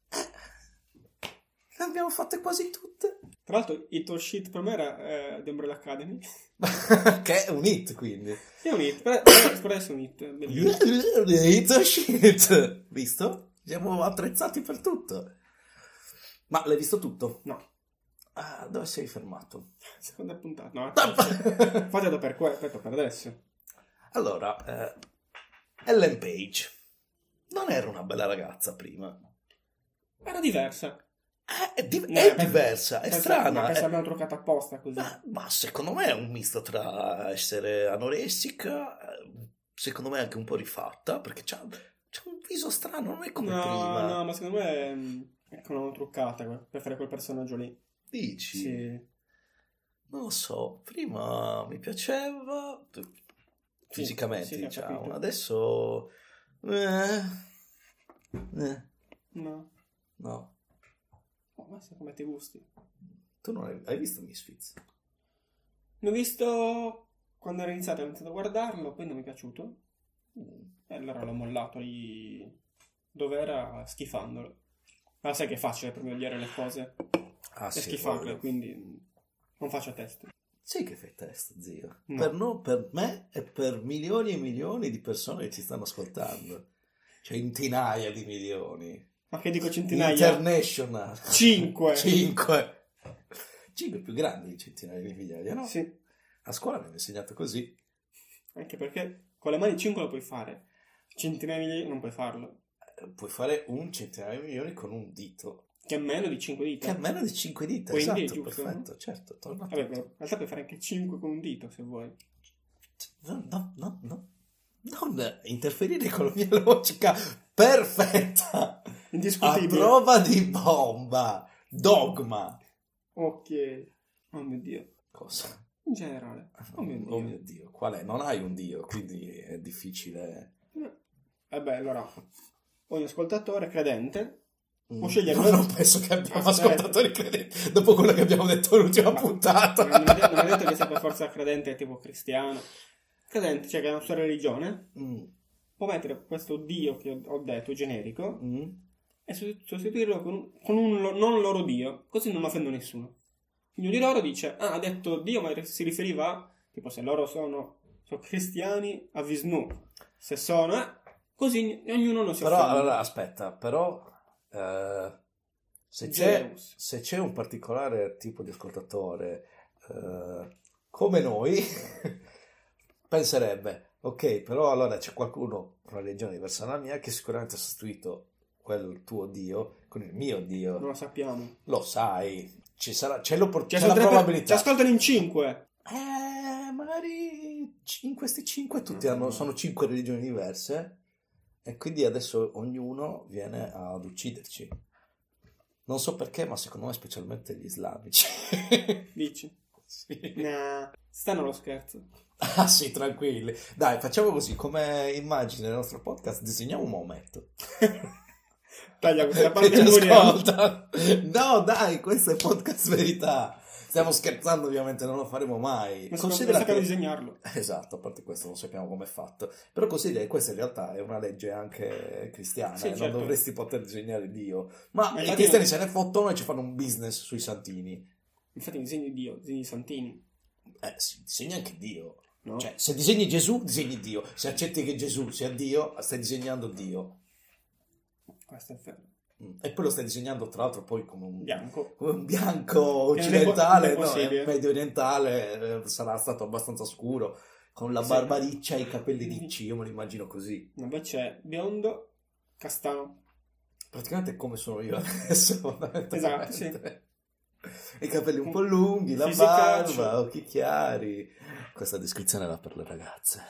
le abbiamo fatte quasi tutte. Tra l'altro, il tuo shit per me era The Umbrella Academy. Che è un hit, quindi. È un hit, per adesso è un hit. Bellissimo. Hit shit. Visto? Siamo attrezzati per tutto. Ma l'hai visto tutto? No, Ah, dove sei fermato? seconda puntata. No, fatelo per adesso. Allora, Ellen Page non era una bella ragazza prima. Era diversa. È Beh, diversa, è Ma strana. penso l'abbiamo truccata apposta così. Ma secondo me è un misto tra essere anoressica, secondo me anche un po' rifatta, perché c'ha un viso strano, non è come prima. No, ma secondo me è che l'hanno truccata per fare quel personaggio lì. Dici? Sì. Non lo so, prima mi piaceva fisicamente, sì, ho diciamo. capito. Adesso No. no. Oh, ma sai come ti gusti. Tu non hai visto Misfits? L'ho visto quando ho iniziato a guardarlo, poi non mi è piaciuto. E allora l'ho mollato lì dove era schifandolo. Ma sai che è facile per me odiare le cose Ah e schifarle, quindi non faccio test. Sì che fai test. questo, zio. No. Per me e per milioni e milioni di persone che ci stanno ascoltando. Centinaia di milioni. Ma che dico centinaia? International. 5. 5 più grandi di centinaia di migliaia, no? Sì. A scuola mi hanno insegnato così. Anche perché con le mani 5 lo puoi fare. Centinaia di milioni non puoi farlo. Puoi fare un centinaio di milioni con un dito. Che è meno di 5 dita. Che è meno di 5 dita, Quindi è esatto, giusto, perfetto, no? certo. Torna Vabbè, tutto. in realtà puoi fare anche 5 con un dito se vuoi. No. Non interferire con la mia logica perfetta. A Indiscutibile. prova di bomba. Dogma. Ok. Oh mio Dio. Cosa? In generale. Oh mio Dio. Oh mio Dio. Qual è? Non hai un Dio, quindi è difficile. Vabbè, allora, ogni ascoltatore credente può No, scegliere... non penso che abbiamo Aspetta. ascoltatori credenti dopo quello che abbiamo detto nell'ultima puntata. Non è detto che sia per forza credente tipo cristiano. Credente, cioè che è una sua religione, può mettere questo Dio che ho detto, generico, e sostituirlo con un non loro Dio, così non offende nessuno. Ognuno di loro dice, ha detto Dio, ma si riferiva a, tipo se loro sono cristiani, a Vishnu. Se sono... così ognuno non si Però, offende. allora, aspetta, però... se c'è un particolare tipo di ascoltatore come noi penserebbe ok, però allora c'è qualcuno con una religione diversa dalla mia che sicuramente ha sostituito quel tuo Dio con il mio Dio. Non lo sappiamo. Lo sai, c'è la Ci probabilità. ascoltano in 5. Magari in questi 5 tutti sono 5 religioni diverse e quindi adesso ognuno viene ad ucciderci. Non so perché, ma secondo me specialmente gli islamici. Dici? Sì. Nah, stanno lo scherzo. Ah sì, tranquilli. Dai, facciamo così, come immagine del nostro podcast, disegniamo un Maometto. Taglia questa parte Che ci e moriamo. ascolta. No, dai, questo è podcast verità. Stiamo scherzando, ovviamente, non lo faremo mai. Non Considera sappiamo che... disegnarlo. Esatto, a parte questo non sappiamo come è fatto. Però considera che questa in realtà è una legge anche cristiana. Sì, Non certo. dovresti poter disegnare Dio. Ma i infatti cristiani se ne fottono e ci fanno un business sui santini. Infatti disegni Dio, disegni i santini. Si disegna anche Dio. No? Cioè, se disegni Gesù, disegni Dio. Se accetti che Gesù sia Dio, stai disegnando Dio. Questo è vero. E poi lo stai disegnando, tra l'altro, poi come un Bianco. bianco Che occidentale, non è possibile. medio orientale, sarà stato abbastanza scuro, con la Sì. barba riccia e i capelli ricci, io me lo immagino così. Invece è biondo, castano. Praticamente è come sono io adesso, fondamentalmente. Esatto, sì. I capelli un po' lunghi, la Fisicaccio. barba, occhi chiari. Questa descrizione era per le ragazze.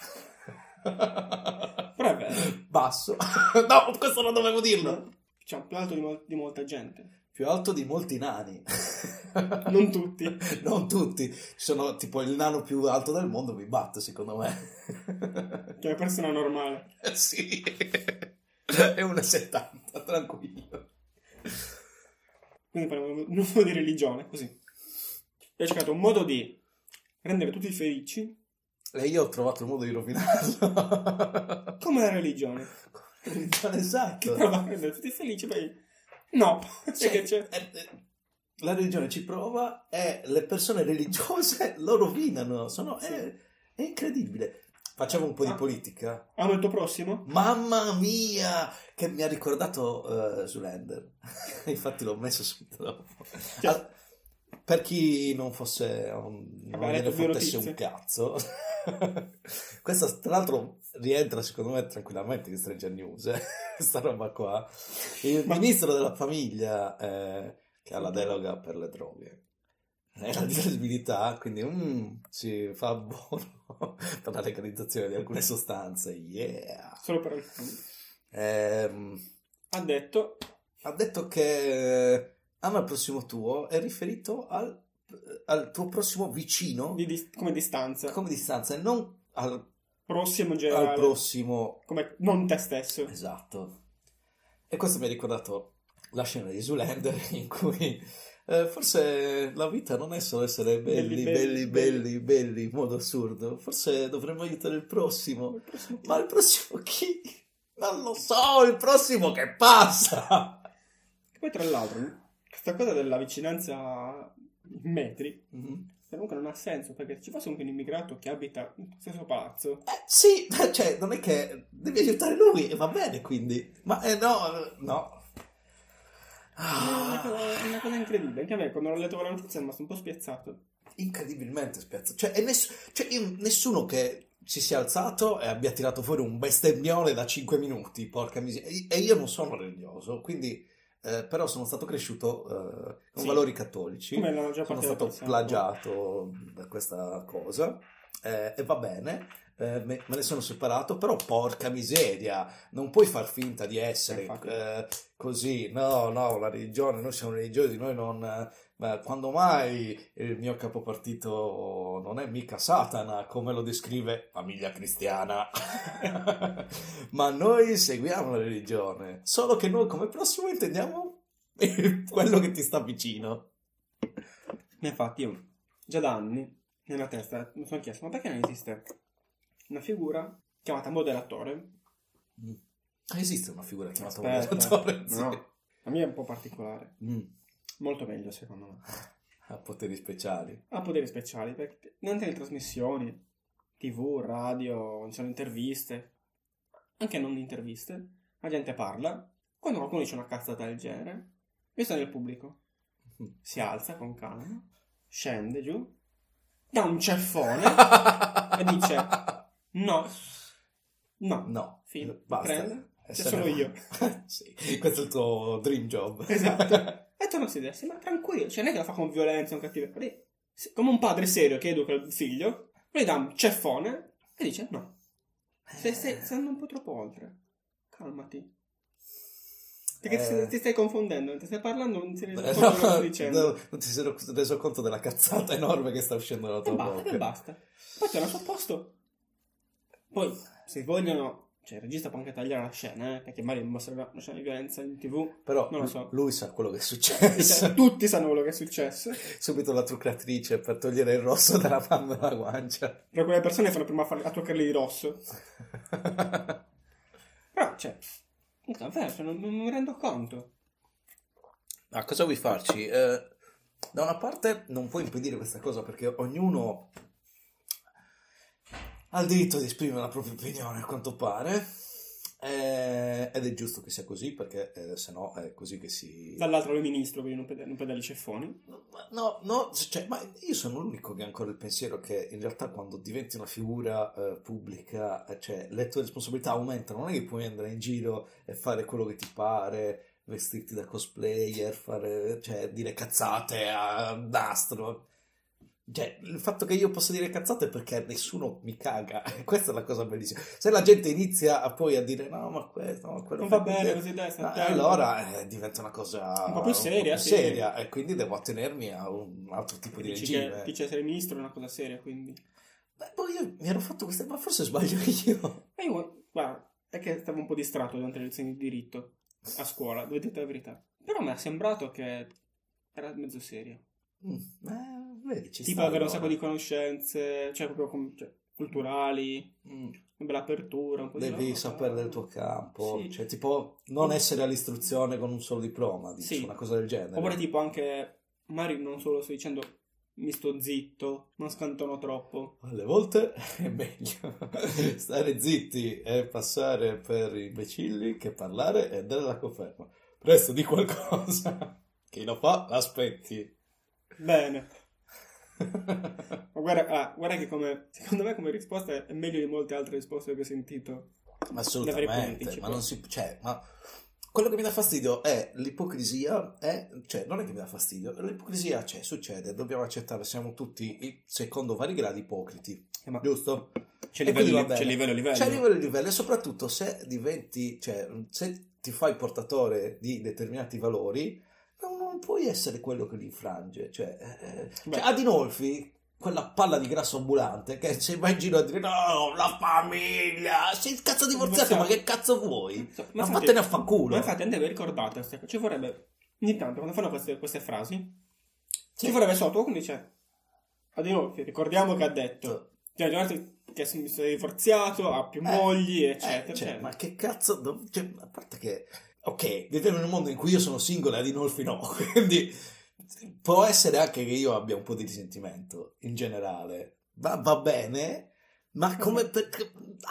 Però è vero. Basso. No, questo non dovevo dirlo. C'è un più alto di molta gente. Più alto di molti nani. Non tutti. Non tutti. Ci sono tipo il nano più alto del mondo mi batte, secondo me. Che è una persona normale. Sì. È 1,70, tranquillo. Quindi parliamo non solo di religione, così. Io ho cercato un modo di rendere tutti felici E io ho trovato il modo di rovinarlo. come la religione. Esatto. Prova a rendere tutti felici, poi... No, sai che c'è? La religione ci prova e le persone religiose lo rovinano. È incredibile. Facciamo un po' di politica. Amo il tuo prossimo? Mamma mia, che mi ha ricordato Zoolander. Infatti l'ho messo subito dopo. Cioè, Per chi non fosse non gliene fottesse un cazzo, questa tra l'altro rientra secondo me tranquillamente in Stranger News, questa roba qua. Il ministro della famiglia che ha la delega per le droghe e la disabilità, quindi si fa buono per la legalizzazione di alcune sostanze, yeah. solo per alcuni. Ha detto che ama il prossimo tuo è riferito al tuo prossimo vicino come distanza. come distanza e non al Prossimo in generale. al prossimo, Come non te stesso. esatto. E questo mi ha ricordato la scena di Zoolander in cui forse la vita non è solo essere belli in modo assurdo, forse dovremmo aiutare il prossimo. Ma il prossimo chi? Non lo so, il prossimo che passa. Poi tra l'altro questa cosa della vicinanza in metri comunque non ha senso, perché se ci fosse un immigrato che abita nel stesso palazzo... Sì, cioè, non è che devi aiutare lui e va bene, quindi. Ma no. È una cosa incredibile. Anche a me, quando ho letto quella notizia, è rimasto un po' spiazzato. Incredibilmente spiazzato. Cioè, nessuno che si sia alzato e abbia tirato fuori un bestemmione da 5 minuti, porca miseria. E io non sono religioso, quindi... però sono stato cresciuto con valori cattolici. Come l'hanno già sono fatto stato plagiato da questa cosa e va bene, me ne sono separato, però porca miseria, non puoi far finta di essere così. No, la religione, noi siamo religiosi, noi non... quando mai il mio capopartito non è mica Satana, come lo descrive famiglia cristiana, ma noi seguiamo la religione, solo che noi come prossimo intendiamo quello che ti sta vicino. Infatti io già da anni nella testa mi sono chiesto, ma perché non esiste una figura chiamata moderatore? Esiste una figura chiamata Aspetta, moderatore? Sì. no, la mia è un po' particolare. Mm. Molto meglio, secondo me. Ha poteri speciali. Ha poteri speciali, perché nelle trasmissioni, TV, radio, ci sono interviste, anche non interviste, la gente parla, quando qualcuno dice una cazzata del genere, io sto nel pubblico, si alza con calma, scende giù, dà un ceffone e dice no, fine, basta. prende, c'è solo io. Sì, questo è il tuo dream job. Esatto. E torna a sedersi, ma tranquillo, cioè non è che lo fa con violenza, con cattiveria, come un padre serio che educa il figlio, lui dà un ceffone e dice no. Stai andando un po' troppo oltre, calmati. Perché ti stai confondendo, ti stai parlando, non ti rendi conto di cosa stai dicendo. Non ti sei reso conto della cazzata enorme che sta uscendo dalla tua bocca. E basta. Poi torna al suo posto. Poi, se vogliono... Cioè, il regista può anche tagliare la scena, perché magari mostrerà una scena di violenza in TV. Però non lo so. Lui sa quello che è successo. Tutti sanno quello che è successo. Subito la truccatrice per togliere il rosso dalla mano dalla guancia. Però quelle persone fanno prima a toccarli di rosso. Però, cioè, non mi rendo conto. Ma cosa vuoi farci? Da una parte non puoi impedire questa cosa perché ognuno ha il diritto di esprimere la propria opinione, a quanto pare, ed è giusto che sia così perché se no è così che si... Dall'altro il ministro, quindi non pedali ceffoni. No, cioè, ma io sono l'unico che ha ancora il pensiero che in realtà quando diventi una figura pubblica, cioè le tue responsabilità aumentano, non è che puoi andare in giro e fare quello che ti pare, vestirti da cosplayer, cioè dire cazzate a nastro. Cioè, il fatto che io possa dire cazzate è perché nessuno mi caga. Questa è la cosa bellissima. Se la gente inizia poi a dire no, ma questo, ma quello non va bene così, dai, allora diventa una cosa un po' più seria, seria e quindi devo attenermi a un altro tipo di regime. Dice essere ministro è una cosa seria, quindi. Beh, poi io mi ero fatto queste, ma forse sbaglio io. Guarda, è che stavo un po' distratto durante le lezioni di diritto a scuola, devo dire la verità. Però mi è sembrato che era mezzo serio. Vedi, tipo avere un sacco di conoscenze, cioè proprio culturali, una bella apertura, un po' devi sapere del tuo campo, sì. Cioè tipo non essere all'istruzione con un solo diploma, dici, sì. Una cosa del genere. Oppure tipo anche, magari non solo sto dicendo mi sto zitto, non scantono troppo. Alle volte è meglio stare zitti e passare per imbecilli che parlare e dare la conferma. Presto di qualcosa. Chi lo fa, l'aspetti. Bene. Guarda che secondo me come risposta è meglio di molte altre risposte che ho sentito. Assolutamente, ma non si... Cioè, ma quello che mi dà fastidio è l'ipocrisia, cioè non è che mi dà fastidio, l'ipocrisia succede, dobbiamo accettare, siamo tutti, secondo vari gradi, ipocriti, giusto? C'è livello e soprattutto se diventi, cioè se ti fai portatore di determinati valori, non puoi essere quello che li infrange, cioè Adinolfi, quella palla di grasso ambulante che se vai in giro a dire no, la famiglia, sei il cazzo divorziato, ma che cazzo vuoi? Ma vattene a fa culo. Ma infatti andate ricordate, ci vorrebbe ogni tanto quando fanno queste frasi ci vorrebbe sotto quando dice Adinolfi, ricordiamo che ha detto che si è divorziato, ha più mogli, eccetera. Ma che cazzo, a parte che ok, viviamo in un mondo in cui io sono singolo e Adinolfi no, quindi Può essere anche che io abbia un po' di risentimento in generale, va bene, ma come perché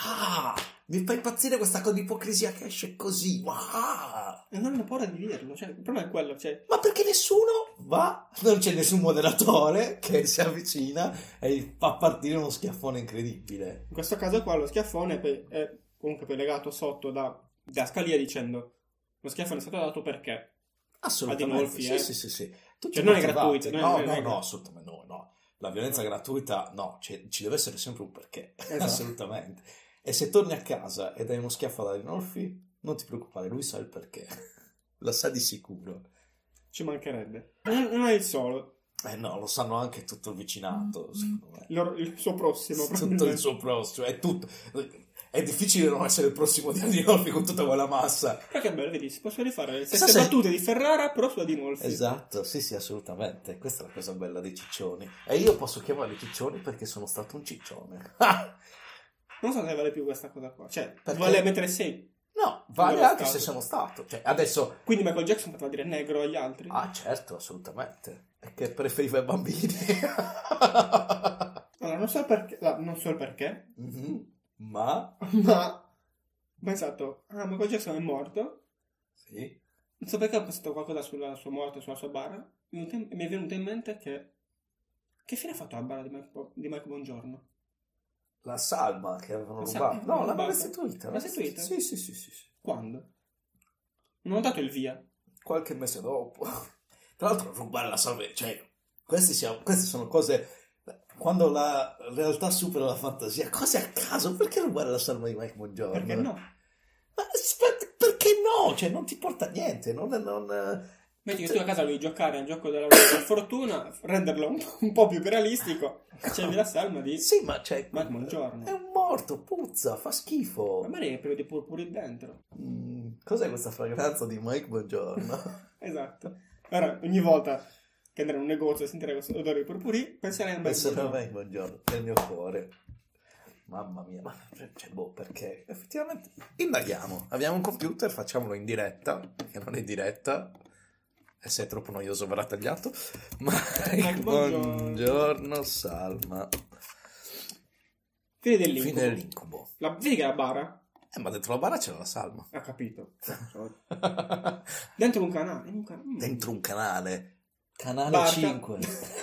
mi fa impazzire questa cosa di ipocrisia che esce così. E non hanno paura di dirlo, cioè, il problema è quello, cioè... Ma perché nessuno va, non c'è nessun moderatore che si avvicina e fa partire uno schiaffone incredibile. In questo caso qua lo schiaffone è comunque poi legato sotto da Scalia dicendo lo schiaffone è stato dato perché? Assolutamente, Adinolfi, sì. Cioè non è gratuito. No, assolutamente no. La violenza gratuita, no, ci deve essere sempre un perché, Esatto. assolutamente. E se torni a casa e dai uno schiaffo ad Adinolfi, non ti preoccupare, lui sa il perché. Lo sa di sicuro. Ci mancherebbe. Non è il solo. No, lo sanno anche tutto il vicinato, secondo me. Il suo prossimo. Tutto il suo prossimo, è tutto. È difficile non essere il prossimo di Adinolfi con tutta quella massa. Però che bello, vedi, si possono rifare le stesse battute di Ferrara, però su Adinolfi. Esatto, sì, assolutamente. Questa è la cosa bella dei ciccioni. E io posso chiamarli ciccioni perché sono stato un ciccione. Non so se vale più questa cosa qua. Cioè, Perché? vale mettere 6. No, vale anche se sono stato. Cioè, adesso... Quindi Michael Jackson poteva dire negro agli altri? Certo, assolutamente. Perché preferiva i bambini. Allora, non so il perché. Mm-hmm. Ma ho pensato, Michael Jackson è morto. Sì. Non so perché ho pensato qualcosa sulla sua morte, sulla sua bara. Mi è venuto in mente che fine ha fatto la bara di Mike Bongiorno? La salma che avevano rubato. No, l'hanno restituita. Restituita? Sì. Quando? Non ho dato il via. Qualche mese dopo. Tra l'altro rubare la salma, cioè, queste sono cose, quando la realtà supera la fantasia, cose a caso, perché rubare la salma di Mike Bongiorno? Perché no? Ma perché no? Cioè, non ti porta a niente, Metti che tu a casa devi giocare al gioco della fortuna, renderlo un po' più realistico, c'è la salma di... Sì, ma c'è... Mike Bongiorno. È un morto, puzza, fa schifo. Magari è pieno di purpuri dentro. Cos'è questa fragranza di Mike Bongiorno? Esatto. Allora, ogni volta che andrei in un negozio a sentire questo odore di purpurì, penserei a Mike Bongiorno nel mio cuore. Mamma mia, ma perché effettivamente indaghiamo. Abbiamo un computer, facciamolo in diretta, che non è diretta, e se è troppo noioso verrà tagliato. Mike Bongiorno, salma. Fine dell'incubo. Vedi che la bara? Ma dentro la bara c'era la salma. Ha capito. Dentro un canale. Dentro un canale. Canale Barca. 5.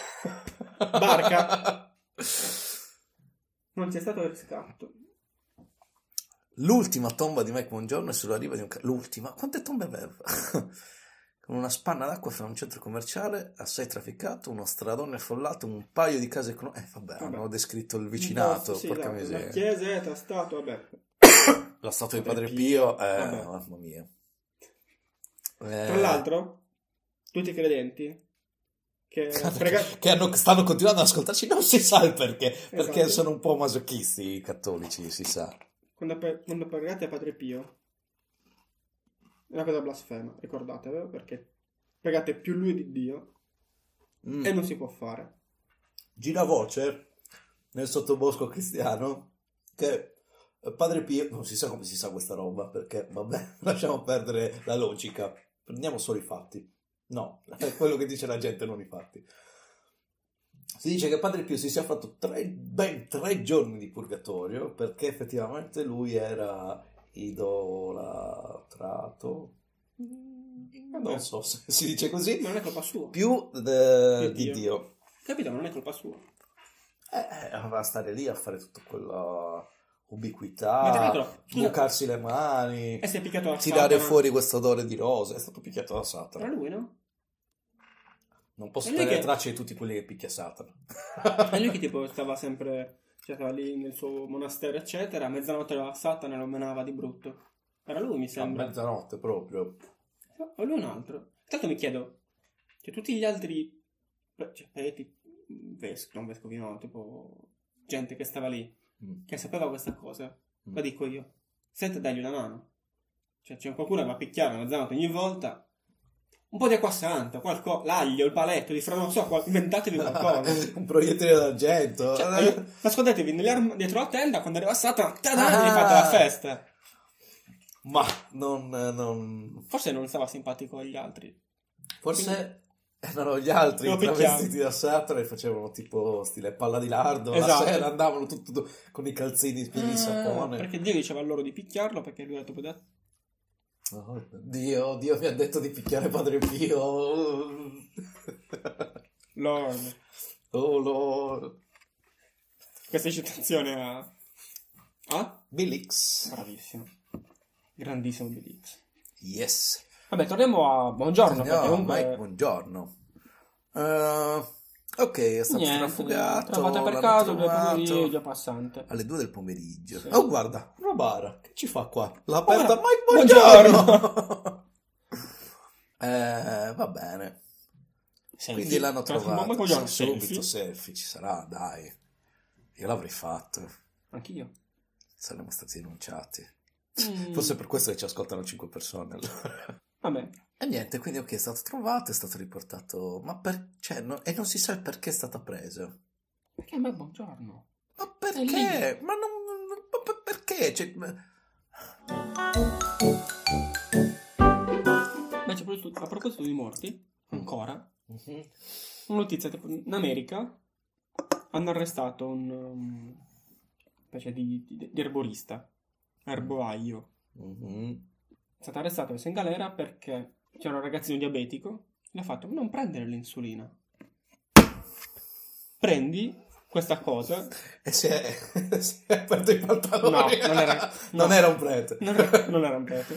Barca. Non c'è stato riscatto. L'ultima tomba di Mike Bongiorno è sulla riva di un l'ultima? Quante tombe aveva? Con una spanna d'acqua fra un centro commerciale assai trafficato, uno stradone affollato, un paio di case vabbè, hanno descritto il vicinato, sì, porca miseria. La chiesetta, statua, vabbè. La statua di Padre Pio, mamma mia. Tra l'altro, tutti i credenti che stanno continuando ad ascoltarci, non si sa il perché, perché esatto. sono un po' masochisti i cattolici, si sa. Quando pregate a Padre Pio è una cosa blasfema, ricordatevelo, perché pregate più lui di Dio e non si può fare. Gira voce nel sottobosco cristiano che Padre Pio, non si sa come si sa questa roba, perché vabbè, lasciamo perdere la logica, prendiamo solo i fatti. No, è quello che dice la gente, non i fatti. Si dice che Padre Pio si sia fatto ben 3 giorni di purgatorio perché effettivamente lui era idolatrato. Non so se si dice così. Ma non è colpa sua. Più di Dio. Capito, ma non è colpa sua. Va a stare lì a fare tutta quella ubiquità, bucarsi le mani, e si è picchiato da tirare Satana. fuori questo odore di rose. È stato picchiato da Satana. Era lui, no? Non posso tenere tracce di tutti quelli che picchia Satana. È lui che tipo stava sempre, cioè stava lì nel suo monastero eccetera, a mezzanotte la Satana lo menava di brutto. Era lui, mi sembra. A mezzanotte proprio. O lui un altro. Tanto mi chiedo, cioè tutti gli altri, cioè preti, non vescovi no, tipo gente che stava lì, che sapeva questa cosa, ma dico io, senta dagli una mano. Cioè c'è qualcuno che va a picchiare a mezzanotte ogni volta. Un po' di acqua santa, l'aglio, il paletto, non so, inventatevi qualcosa. Un proiettile d'argento. Cioè, nascondetevi dietro la tenda, quando arriva Satana, gli fate la festa. Ma non... Forse non stava simpatico agli altri. Forse erano gli altri Lo travestiti da Sartre e facevano tipo stile palla di lardo, la Esatto. sera andavano tutto con i calzini pieni di sapone. Perché Dio diceva a loro di picchiarlo perché lui ha detto Oh, Dio mi ha detto di picchiare Padre Pio. Lord. Oh Lord. Questa è citazione a Bilix. bravissimo, grandissimo Bilix. Yes. Vabbè, torniamo a buongiorno perché No, comunque Mike, buongiorno. Ok, è stato trafugato. trovate per l'hanno caso due trovato pomeriggio passante. alle 2 del pomeriggio. Sì. Oh, guarda, una bara. Che ci fa qua? L'ha Ora, aperta Mike, buongiorno. buongiorno. Va bene. Selfie. Quindi l'hanno trovato. Buongiorno, Sì, subito selfie. selfie, ci sarà, dai. Io l'avrei fatto. Anch'io. Saremmo stati denunciati. Mm. Forse per questo che ci ascoltano 5 persone allora. Vabbè. E niente, quindi ok, è stato trovato, è stato riportato. Ma cioè, e non si sa il perché è stata presa. Perché a me buongiorno. Ma perché? Ma non. Perché? Cioè, Invece, a proposito di morti, ancora, Mhm. una notizia, tipo, in America hanno arrestato un specie di erborista, erboaio. Mhm. È stato arrestato e messo in galera perché c'era un ragazzino diabetico e gli ha fatto non prendere l'insulina. Prendi questa cosa. E si è aperto i pantaloni. No, non era- Non no. era un prete. Non era un prete.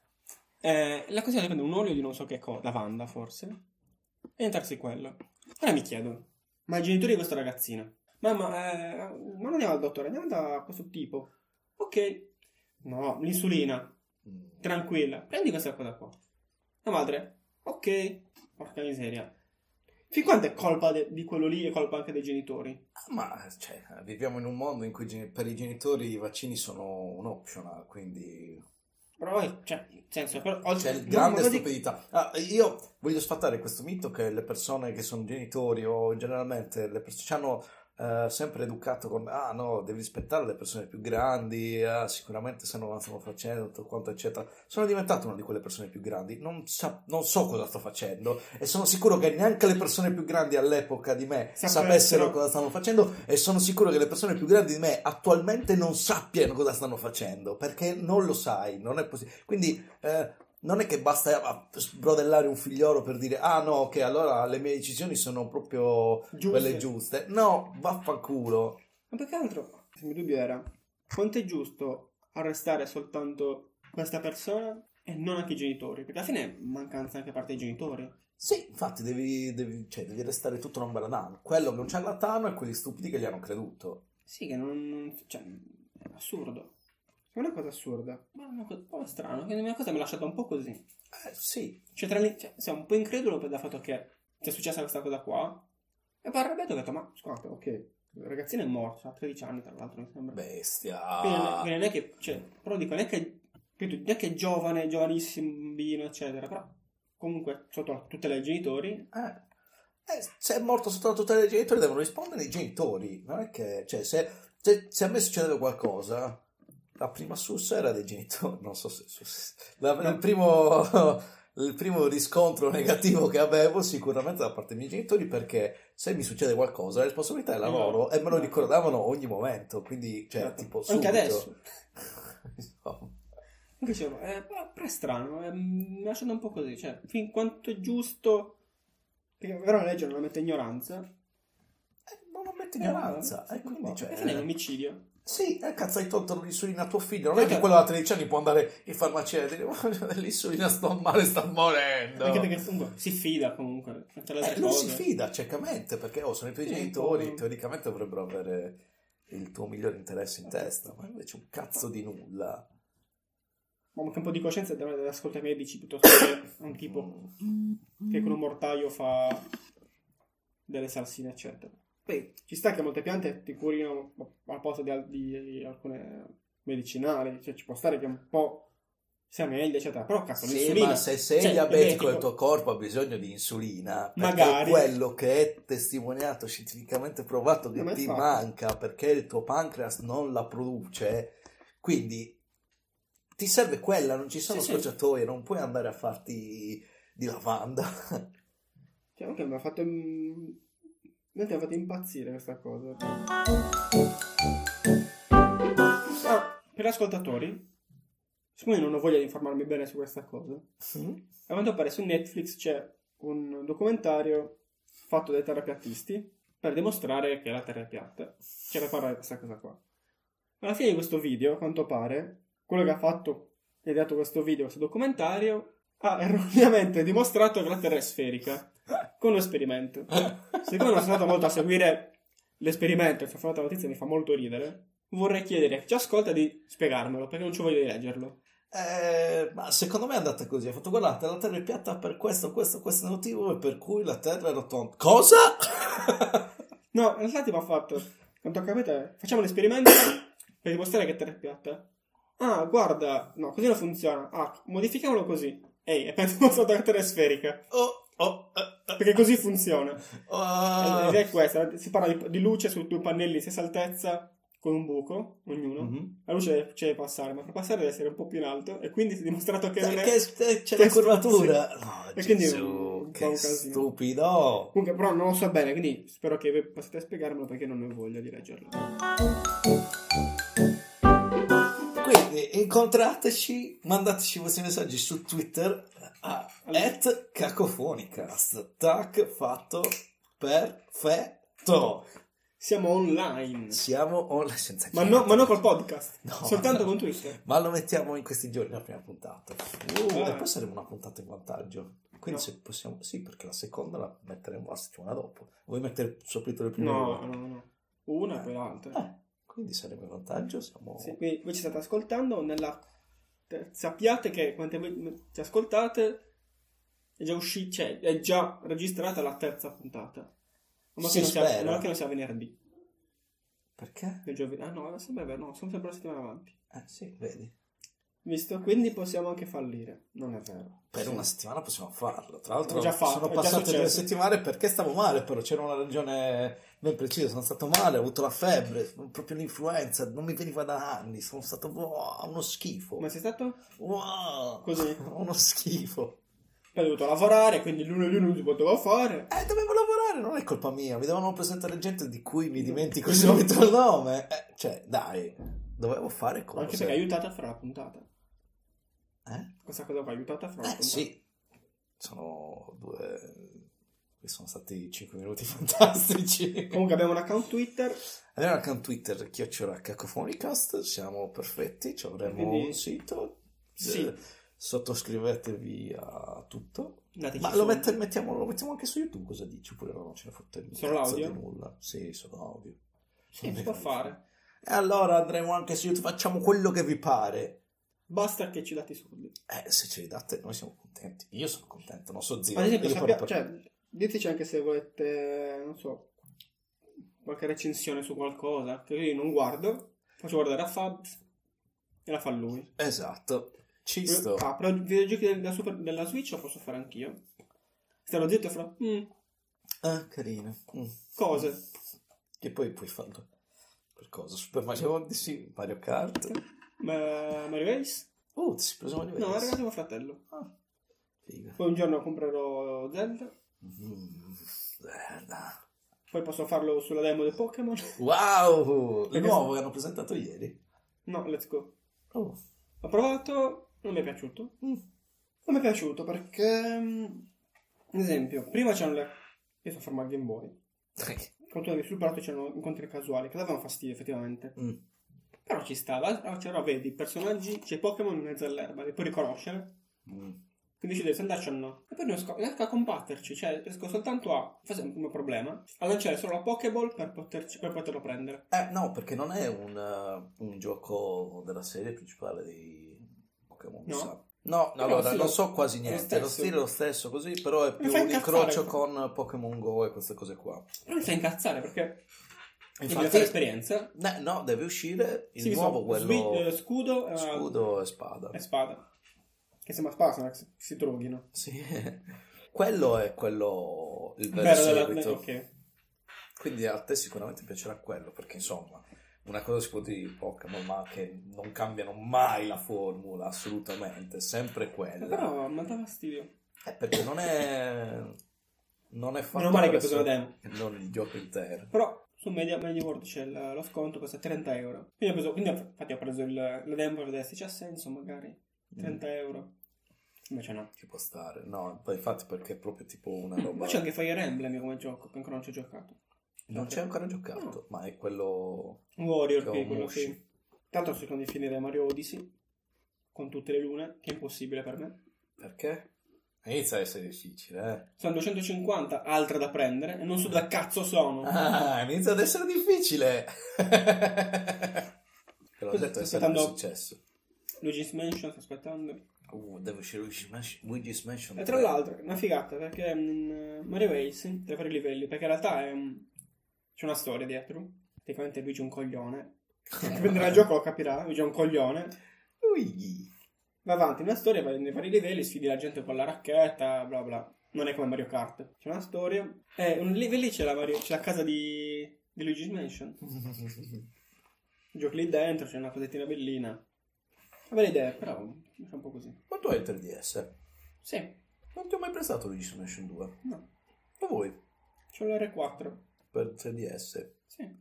La cosa è di prendere un olio di non so che cosa, lavanda forse, e entrarsi quello. Ora mi chiedo, ma i genitori di questo ragazzino? Mamma, ma non andiamo al dottore, andiamo da questo tipo. Ok. No, l'insulina. Tranquilla, prendi questa cosa qua. La madre, ok. Porca miseria. Fin quanto è colpa di quello lì e colpa anche dei genitori? Ma cioè, viviamo in un mondo in cui per i genitori i vaccini sono un optional, quindi Però, cioè, nel senso, però, c'è grande stupidità. Io voglio sfatare questo mito che le persone che sono genitori o generalmente le persone ci hanno sempre educato con no, devi rispettare le persone più grandi, sicuramente sanno cosa stanno facendo, tutto quanto eccetera. Sono diventato una di quelle persone più grandi, non so cosa sto facendo e sono sicuro che neanche le persone più grandi all'epoca di me sapessero cosa stanno facendo e sono sicuro che le persone più grandi di me attualmente non sappiano cosa stanno facendo perché non lo sai, non è possibile. Quindi non è che basta sbrodellare un figliolo per dire no, ok, allora le mie decisioni sono proprio quelle giuste. No, vaffanculo. Ma più che altro, il mio dubbio era, quanto è giusto arrestare soltanto questa persona e non anche i genitori? Perché alla fine è mancanza anche parte dei genitori. Sì, infatti devi restare tutto un baladano. Quello che è un ciarlatano e quelli stupidi che gli hanno creduto. Sì, che cioè, è assurdo. È una cosa assurda, ma è una cosa un po' strana, che una cosa mi ha lasciato un po' così. Sì. Cioè, sei un po' incredulo per il fatto che ti è successa questa cosa qua. E poi arrabbiato ho detto, ma scusate, ok, il ragazzino è morto, ha 13 anni tra l'altro, mi sembra. Bestia. Quindi non è che, cioè, però dico, non è che è giovane, giovanissimo, bambino, eccetera, però comunque sotto tutte le genitori. Se è morto sotto la tutela dei genitori devono rispondere i genitori. Non è che, cioè, se a me succedeva qualcosa, la prima sussa era dei genitori. Non so se il primo riscontro negativo che avevo sicuramente da parte dei miei genitori, perché se mi succede qualcosa la responsabilità è la loro e me lo ricordavano ogni momento, quindi cioè tipo subito. Anche adesso. Insomma. Dicevo, però è strano, mi ha lasciato un po' così, cioè, fin quanto è giusto, perché però la legge non mette ignoranza. Non mette ignoranza, quindi cioè... Alla fine è un omicidio. Sì, cazzo, hai tolto l'insulina a tuo figlio. Non è che quello da 13 anni può andare in farmacia e dire l'insulina sta male, sta morendo. Anche perché comunque si fida comunque. Lui si fida ciecamente perché sono i tuoi genitori, teoricamente dovrebbero avere il tuo migliore interesse in testa, ma invece un cazzo di nulla. Ma anche un po' di coscienza deve ascoltare i medici piuttosto che un tipo che con un mortaio fa delle salsine, eccetera. Poi ci sta che molte piante ti curino al posto di alcune medicinali, cioè ci può stare che un po' sia meglio, eccetera. Però cazzo, l'insulina, ma se sei diabetico e il tuo corpo ha bisogno di insulina, perché magari è quello che è testimoniato, scientificamente provato che ti manca, perché il tuo pancreas non la produce, quindi ti serve quella, non ci sono scorciatoie, non puoi andare a farti di lavanda. Cioè, anche mi ha fatto... mi ha fatto impazzire questa cosa. Per gli ascoltatori, siccome non ho voglia di informarmi bene su questa cosa, a quanto pare su Netflix c'è un documentario fatto dai terrapiattisti per dimostrare che la Terra è piatta. Cioè, per parlare di questa cosa qua. Alla fine di questo video, a quanto pare, quello che ha fatto e ha dato questo video, questo documentario, ha erroneamente dimostrato che la Terra è sferica con un esperimento. Siccome non sono andato molto a seguire l'esperimento, se ho fatto la notizia mi fa molto ridere, vorrei chiedere a chi ci ascolta di spiegarmelo, perché non ci voglio di leggerlo. Ma secondo me è andata così. Ha fatto, guardate, la Terra è piatta per questo motivo, e per cui la Terra è rotonda. Cosa? No, in realtà tipo ha fatto, quanto capite, facciamo l'esperimento per dimostrare che la Terra è piatta. Ah, guarda, no, così non funziona. Ah, modifichiamolo così. Ehi, è appena dimostrato che la Terra è sferica. Perché così funziona. Ed è questa, si parla di luce su due pannelli di stessa altezza con un buco, ognuno. Mm-hmm. La luce deve passare, ma per passare deve essere un po' più in alto e quindi si è dimostrato che non è... C'è la curvatura. Sì. No, E quindi Gesù, un po' che un casino. stupido. Comunque però non lo so bene, quindi spero che voi possiate spiegarmelo perché non ho voglia di leggerlo. Quindi incontrateci, mandateci i vostri messaggi su Twitter a @cacofonicast. Tac, fatto, perfetto. Siamo online. Siamo online senza Ma non col podcast, No. soltanto con Twitter. Ma lo mettiamo in questi giorni la prima puntata. Ah. E poi saremo una puntata in vantaggio. Quindi No. se possiamo, sì, perché la seconda la metteremo la settimana dopo. Vuoi mettere il sottotitolo le prime No, due? no. Una e poi l'altra. Quindi saremo in vantaggio. Siamo... Sì, quindi voi ci state ascoltando sappiate che quante voi ci ascoltate è già uscita, cioè è già registrata la terza puntata. Ma Si che spera. non sia venerdì. Perché? Del giovedì. Ah no, adesso beh, no, sono sempre una settimana avanti. Sì, vedi. Visto? Quindi possiamo anche fallire. Non è vero. Per Sì. una settimana possiamo farlo. Tra l'altro L'ho già fatto, sono è già passate 2 successo. settimane perché stavo male, però c'era una ragione ben precisa. Sono stato male, ho avuto la febbre, proprio l'influenza, non mi veniva da anni, sono stato uno schifo. Ma sei stato? Wow, Così? uno schifo. Poi ho dovuto lavorare, quindi lunedì non si poteva fare. Dovevo lavorare, non è colpa mia, mi dovevano presentare gente di cui mi dimentico subito il nome. Cioè, dai, dovevo fare cose. Anche perché ha aiutato a fare la puntata. Eh? Questa cosa qua ha aiutato a fare la puntata. Sì, sono stati 5 minuti fantastici. Comunque abbiamo un account Twitter. Abbiamo un account Twitter, @cacofonicast, siamo perfetti, ci avremo Quindi- un sito. Sì. Sottoscrivetevi a tutto. Dateci Ma lo soldi. mettiamo anche su YouTube, cosa dici? Oppure no, non ce ne fotte un Solo cazzo l'audio? di nulla. Sì, solo audio. Sì, si può fare. E allora andremo anche su YouTube, facciamo quello che vi pare. Basta che ci date i soldi. Se ce li date noi siamo contenti. Io sono contento, non so zio. Ad esempio, io cioè, diteci anche se volete, non so, qualche recensione su qualcosa, che io non guardo, faccio guardare a Fabs e la fa lui. Esatto, ci sto. Ah, però i videogiochi della Switch lo posso fare anch'io. Starò zitto e farò, Carino. cose. Che poi puoi farlo. Per cosa? Super Mario Odyssey, Mario Kart. Mario Race? Ti sei preso Mario No, è Odyssey? arrivato mio fratello. Figa. Poi un giorno comprerò Zelda. Zelda. Poi posso farlo sulla demo del Pokémon. Wow! Il Perché- nuovo che hanno presentato ieri. No, let's go. Oh. Ho provato, non mi è piaciuto. Non mi è piaciuto perché, ad esempio, prima c'erano io sto fermando Game Boy. Quando tu avevi sul prato c'erano incontri casuali che davano fastidio effettivamente. Però ci stava. C'era, vedi, i personaggi, c'è Pokémon in mezzo all'erba, li puoi riconoscere. Quindi decidi se andarci o no. E poi non riesco a combatterci, cioè riesco soltanto a, questo è un primo problema, a lanciare solo la Pokéball per poterlo prendere. No, perché non è un gioco della serie principale di Pokémon. No? sa. No, Però allora sì, non so quasi è niente. lo Lo stesso. stile è lo stesso così, però è più fa un incazzare. incrocio con Pokémon Go e queste cose qua. Però mi fa incazzare perché devi Infatti, fare esperienza. no, deve uscire il Sì, nuovo, quello scudo scudo e spada. e spada. Che sembra spada, sembra che si droghino. Sì, quello è quello il vero Vero seguito. ok. Quindi a te sicuramente piacerà quello, perché insomma, una cosa si può dire di Pokémon, ma che non cambiano mai la formula, assolutamente, sempre quella. Però mi dà fastidio. Perché non è... Non è fatto Meno male che ho per preso la essere- demo. non il gioco intero. Però su MediaWorld c'è lo sconto, costa 30 euro. Infatti ho preso la demo per vedere se c'ha senso magari. 30 euro. Invece no. Ci può stare. No, poi infatti perché è proprio tipo una roba... Ma c'è anche Fire Emblem come gioco, che ancora non ci ho giocato. Non c'è ancora giocato, ma è quello... Warrior, che che ho è quello Mushi. sì. Tanto sto cercando di finire Mario Odyssey con tutte le lune, che è impossibile per me. Perché? Inizia a essere difficile, eh. Sono 250 altre da prendere e non so da cazzo sono. Ah, inizia ad essere difficile. Però ho detto è sempre aspettando- successo. Luigi's Mansion, sto aspettando. Deve uscire Luigi's Mansion E tra 3. l'altro, è una figata, perché in Mario Race devi fare i livelli, perché in realtà c'è una storia dietro. Praticamente Luigi è un coglione. Chi prenderà il gioco lo capirà, Luigi è un coglione. Ui. Va avanti, una storia, vai nei vari livelli, sfidi la gente con la racchetta, bla bla. Non è come Mario Kart. C'è una storia. E un livello c'è c'è la casa di Luigi's Mansion. Giochi lì dentro, c'è una cosettina bellina. Una bella idea, però è un po' così. Ma tu hai il 3DS? Sì, Non ti ho mai prestato Luigi's Mansion 2? no. Ma voi? C'ho l'R4. Per 3DS? Sì.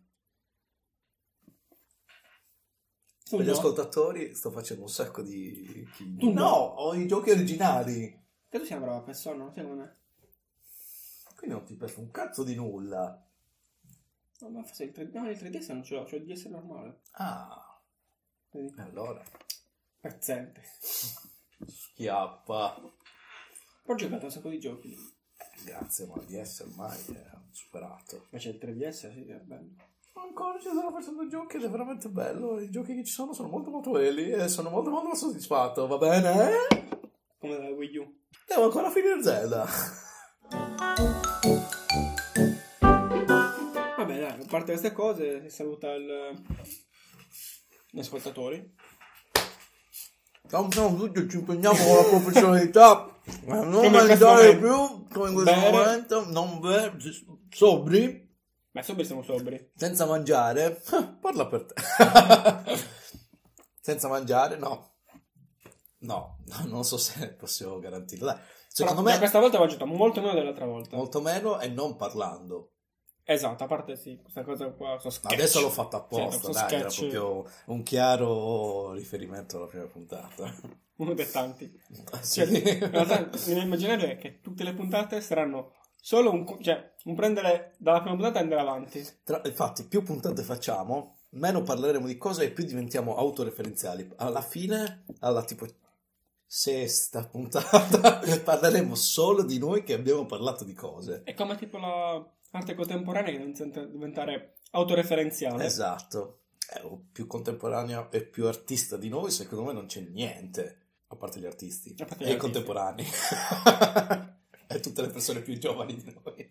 Per gli No. ascoltatori sto facendo un sacco di... Tu no. ho i giochi originali. Che tu sei una brava persona, non sei come me. Quindi non ti presto un cazzo di nulla. No, ma forse il 3DS non ce l'ho, c'ho il DS normale. Ah, Vedi? allora. Pezzente. Schiappa. Ho giocato un sacco di giochi. Grazie, ma il DS ormai è superato. Invece il 3DS sì, è bello. Ancora ci stanno facendo giochi ed è veramente bello. I giochi che ci sono molto molto belli e sono molto molto soddisfatto, va bene? Come la Wii U. Devo ancora finire Zelda. Vabbè, dai, a parte queste cose, si saluta gli ascoltatori. Siamo tutti, ci impegniamo con la professionalità a non Come in questo mangiare momento. più come in questo Bere. momento, non bere, sobri, Beh, siamo sobri. senza mangiare. Parla per te. Senza mangiare, no. No, non so se possiamo garantirlo. Dai, secondo Però, me questa volta ho mangiato molto meno dell'altra volta. molto meno e non parlando. Esatto, a parte sì, questa cosa qua, questo sketch. Adesso l'ho fatto apposta, Sì, questo dai, era sketch, proprio un chiaro riferimento alla prima puntata. uno dei tanti. Sì. Cioè, in realtà, il mio immaginario è che tutte le puntate saranno solo un prendere dalla prima puntata e andare avanti. Infatti, più puntate facciamo, meno parleremo di cose e più diventiamo autoreferenziali. Alla fine, alla tipo sesta puntata, parleremo solo di noi che abbiamo parlato di cose. È come tipo l'arte contemporanea che inizia a diventare autoreferenziale. Esatto. Più contemporaneo e più artista di noi, secondo me non c'è niente, a parte gli artisti A parte e gli i artisti. contemporanei. E tutte le persone più giovani di noi.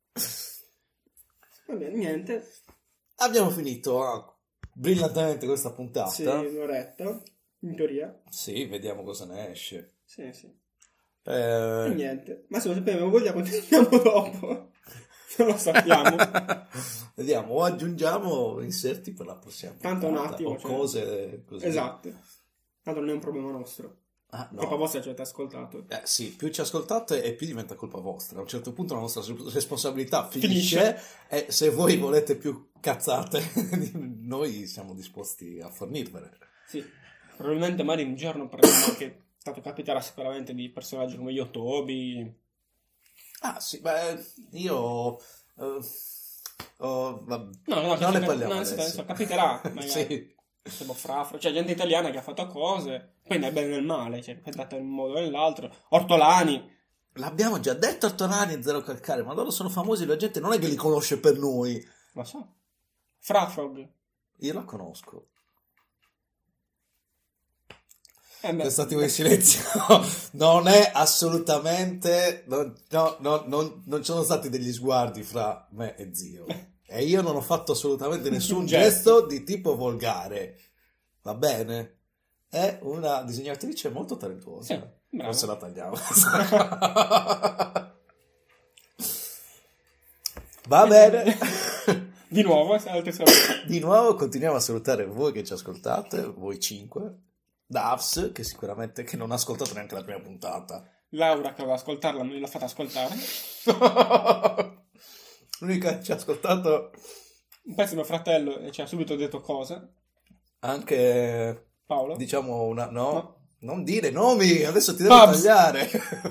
Va bene, niente. Abbiamo finito brillantemente questa puntata. Sì, un'oretta, in teoria. Sì, vediamo cosa ne esce. Sì, sì. Eh, E niente. Ma se lo sappiamo, voglia continuiamo dopo. Non lo sappiamo. Vediamo, o aggiungiamo inserti per la prossima Tanto un puntata, attimo, o cioè. cose così. Esatto. Tanto non è un problema nostro. Ah, no. Colpa vostra ci avete ascoltato. Sì, più ci ascoltate e più diventa colpa vostra. A un certo punto la nostra responsabilità finisce. E se voi volete più cazzate, noi siamo disposti a fornirvele. Sì. Probabilmente magari un giorno parleremo anche... Tanto capiterà sicuramente di personaggi come Yotobi. Ah, sì, beh, io... No, non ne parliamo adesso. adesso capiterà. Magari. Sì. Tipo Frafra, cioè gente italiana che ha fatto cose, poi nel bene e nel male, cioè pensate in un modo o nell'altro. Ortolani, L'abbiamo già detto a Tonani e Zero Calcare, ma loro sono famosi, la gente non è che li conosce per noi. lo so. Frafrog. Io la conosco. Beh, È stato in silenzio. Non è assolutamente... Non ci sono stati degli sguardi fra me e zio. E io non ho fatto assolutamente nessun gesto di tipo volgare. Va bene? È una disegnatrice molto talentuosa. Sì, bravo. Forse la tagliamo. Va bene. Di nuovo, altri saluti. Di nuovo continuiamo a salutare voi che ci ascoltate, voi 5. Davs, che sicuramente che non ha ascoltato neanche la prima puntata. Laura che voleva ascoltarla non gliel'ha fatta ascoltare. L'unica che ci ha ascoltato Un pezzo di mio fratello e ci ha subito detto cosa. anche, Paolo? diciamo, no, No. non dire nomi, adesso ti devo Babs. tagliare.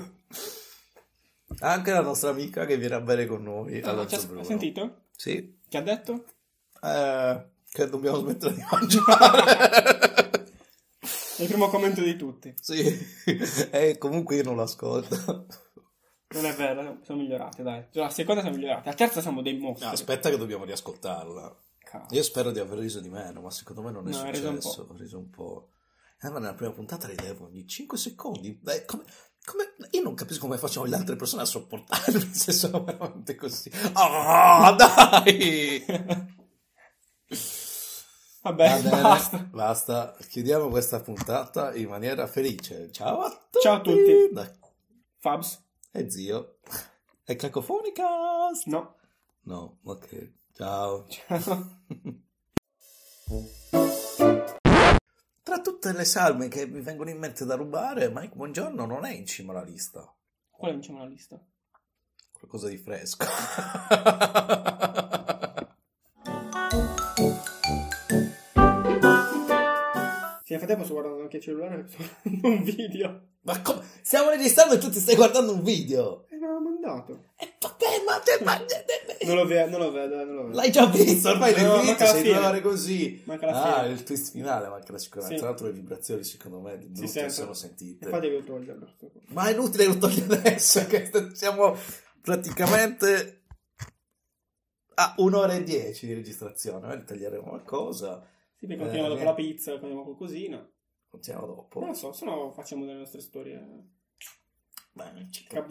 Anche la nostra amica che viene a bere con noi allo Hai Zoo Bruno. sentito? Sì, Che ha detto? che dobbiamo smettere di mangiare. È il primo commento di tutti. Sì, e comunque io non l'ascolto. Non è vero, siamo migliorati, dai. Cioè, la seconda siamo migliorati, la terza siamo dei mostri. Aspetta che dobbiamo riascoltarla. Cazzo. Io spero di aver riso di meno, ma secondo me non è No, hai riso un successo. Ho riso un po'. Ma nella prima puntata ridevo ogni 5 secondi. Beh, io non capisco come facciano le altre persone a sopportarmi se sono veramente così. Oh, dai! Vabbè, Va bene, basta. basta. Chiudiamo questa puntata in maniera felice. Ciao a tutti! Ciao a tutti. Da- Fabs? E zio. È cacofonica? No. No, ok. Ciao. Ciao. Tra tutte le salme che mi vengono in mente da rubare, Mike Buongiorno non è in cima alla lista. Quale diciamo la lista? Qualcosa di fresco. Sì, nel frattempo sto guardando anche il cellulare, sto guardando un video. Ma come? Stiamo registrando e tu ti stai guardando un video. E me l'ha mandato. E vabbè, Non lo vedo, non lo vedo. l'hai già visto, ormai No, nel manca video la sei fine. 2 ore così. Manca la fine. Il twist finale manca sicuramente. Sì. Tra l'altro le vibrazioni secondo me di brutte sente. sono sentite. Infatti devo toglierlo. sto qua. Ma è inutile che lo togli adesso, che siamo praticamente a 1 ora e 10 di registrazione. Magari taglieremo qualcosa. Sì, perché continuiamo dopo la pizza, continuiamo qualcosina. Continuiamo dopo. Non lo so, se no facciamo delle nostre storie. Non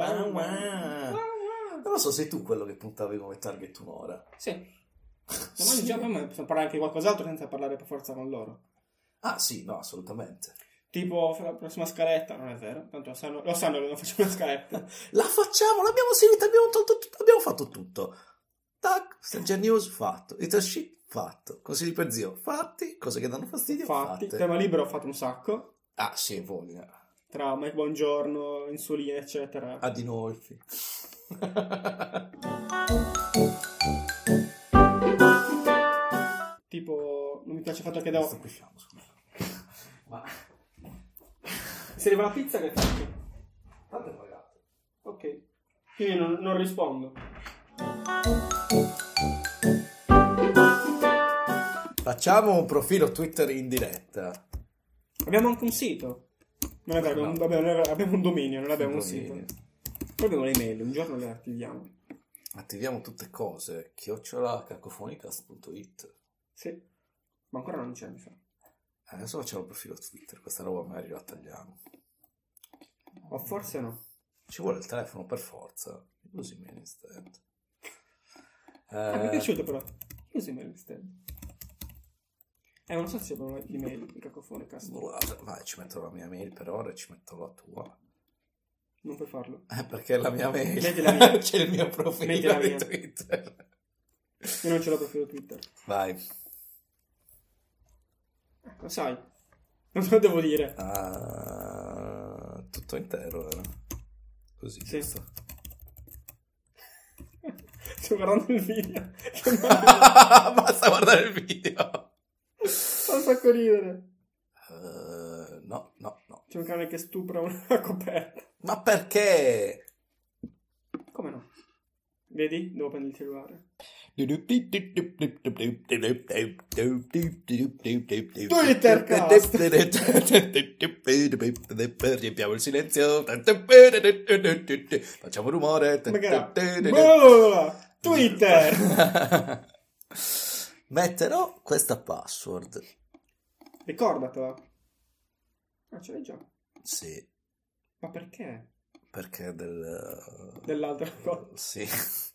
Non lo so, sei tu quello che puntavi come target un'ora. Sì. Domani già per me possiamo parlare anche di qualcos'altro senza parlare per forza con loro. Ah sì, no, assolutamente. Tipo la prossima scaletta, non è vero, tanto lo sanno che non facciamo una scaletta. La facciamo, l'abbiamo seguita, abbiamo tolto tutto, abbiamo fatto tutto. Tac, Stranger News, fatto. It Shit, fatto. Consigli per zio, fatti. Cose che danno fastidio, Fatti, fatte. tema libero ho fatto un sacco. Ah sì, voglia. Tra Mike Buongiorno, insulina, eccetera. Adinolfi. Tipo, non mi piace il fatto che devo... Stoppisciamo, scusa. Ma Se arriva la pizza che faccio? tanto è pagato. Ok. Quindi non rispondo. Facciamo un profilo Twitter in diretta. Abbiamo anche un sito. Non è vero, No. abbiamo un dominio, non abbiamo un Dominio. sito. Poi abbiamo le email, un giorno le attiviamo. Attiviamo tutte cose. @cacofonicast.it. Sì. Ma ancora non c'è, mi sa. Adesso facciamo il profilo Twitter. Questa roba magari la tagliamo. O forse no. Ci vuole il telefono per forza. Usi mail instead. Mi è piaciuto però. Usi email instead. Non so se abbiamo l'email di Cacofonicast. Vai, ci metto la mia mail per ora e ci metto la tua. Non puoi farlo. Perché è la mia mail. Metti la mia. C'è il mio profilo Metti la di mia. Twitter. Io non ce l'ho profilo Twitter. Vai. Lo sai. Non te lo devo dire. Tutto intero, vero? Così, Sì. giusto. Sto guardando il video. Basta guardare il video. Fa un sacco ridere. No. C'è un cane che stupra una coperta. Ma perché? Come no? Vedi? Devo prendere il cellulare. Twittercast. Riempiamo il silenzio. Facciamo rumore. Twitter. Metterò questa password. Ricordatela. Ah, ce l'hai già. Sì, Ma perché? perché Dell'altra cosa. Sì.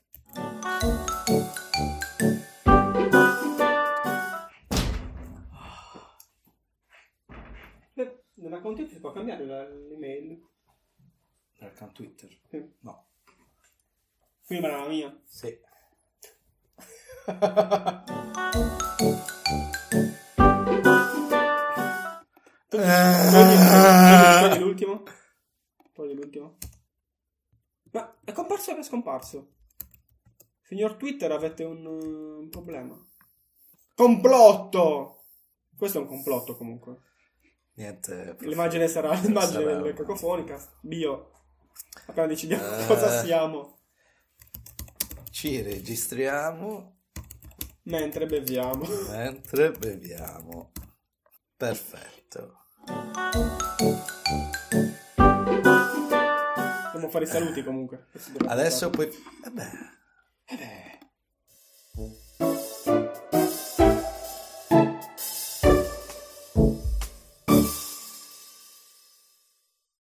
Nell'account Twitter si può cambiare l'email. L'account Twitter? Sì. No. Prima era la mia. Sì. Togli l'ultimo. Poi l'ultimo. Ma è comparso o è scomparso? Signor Twitter, avete un problema. Complotto! Questo è un complotto comunque. Niente. L'immagine sarà l'immagine del cacofonica. Bio. Appena decidiamo cosa siamo. Ci registriamo. Mentre beviamo. Perfetto. Dobbiamo fare i saluti comunque. Adesso poi... Vabbè.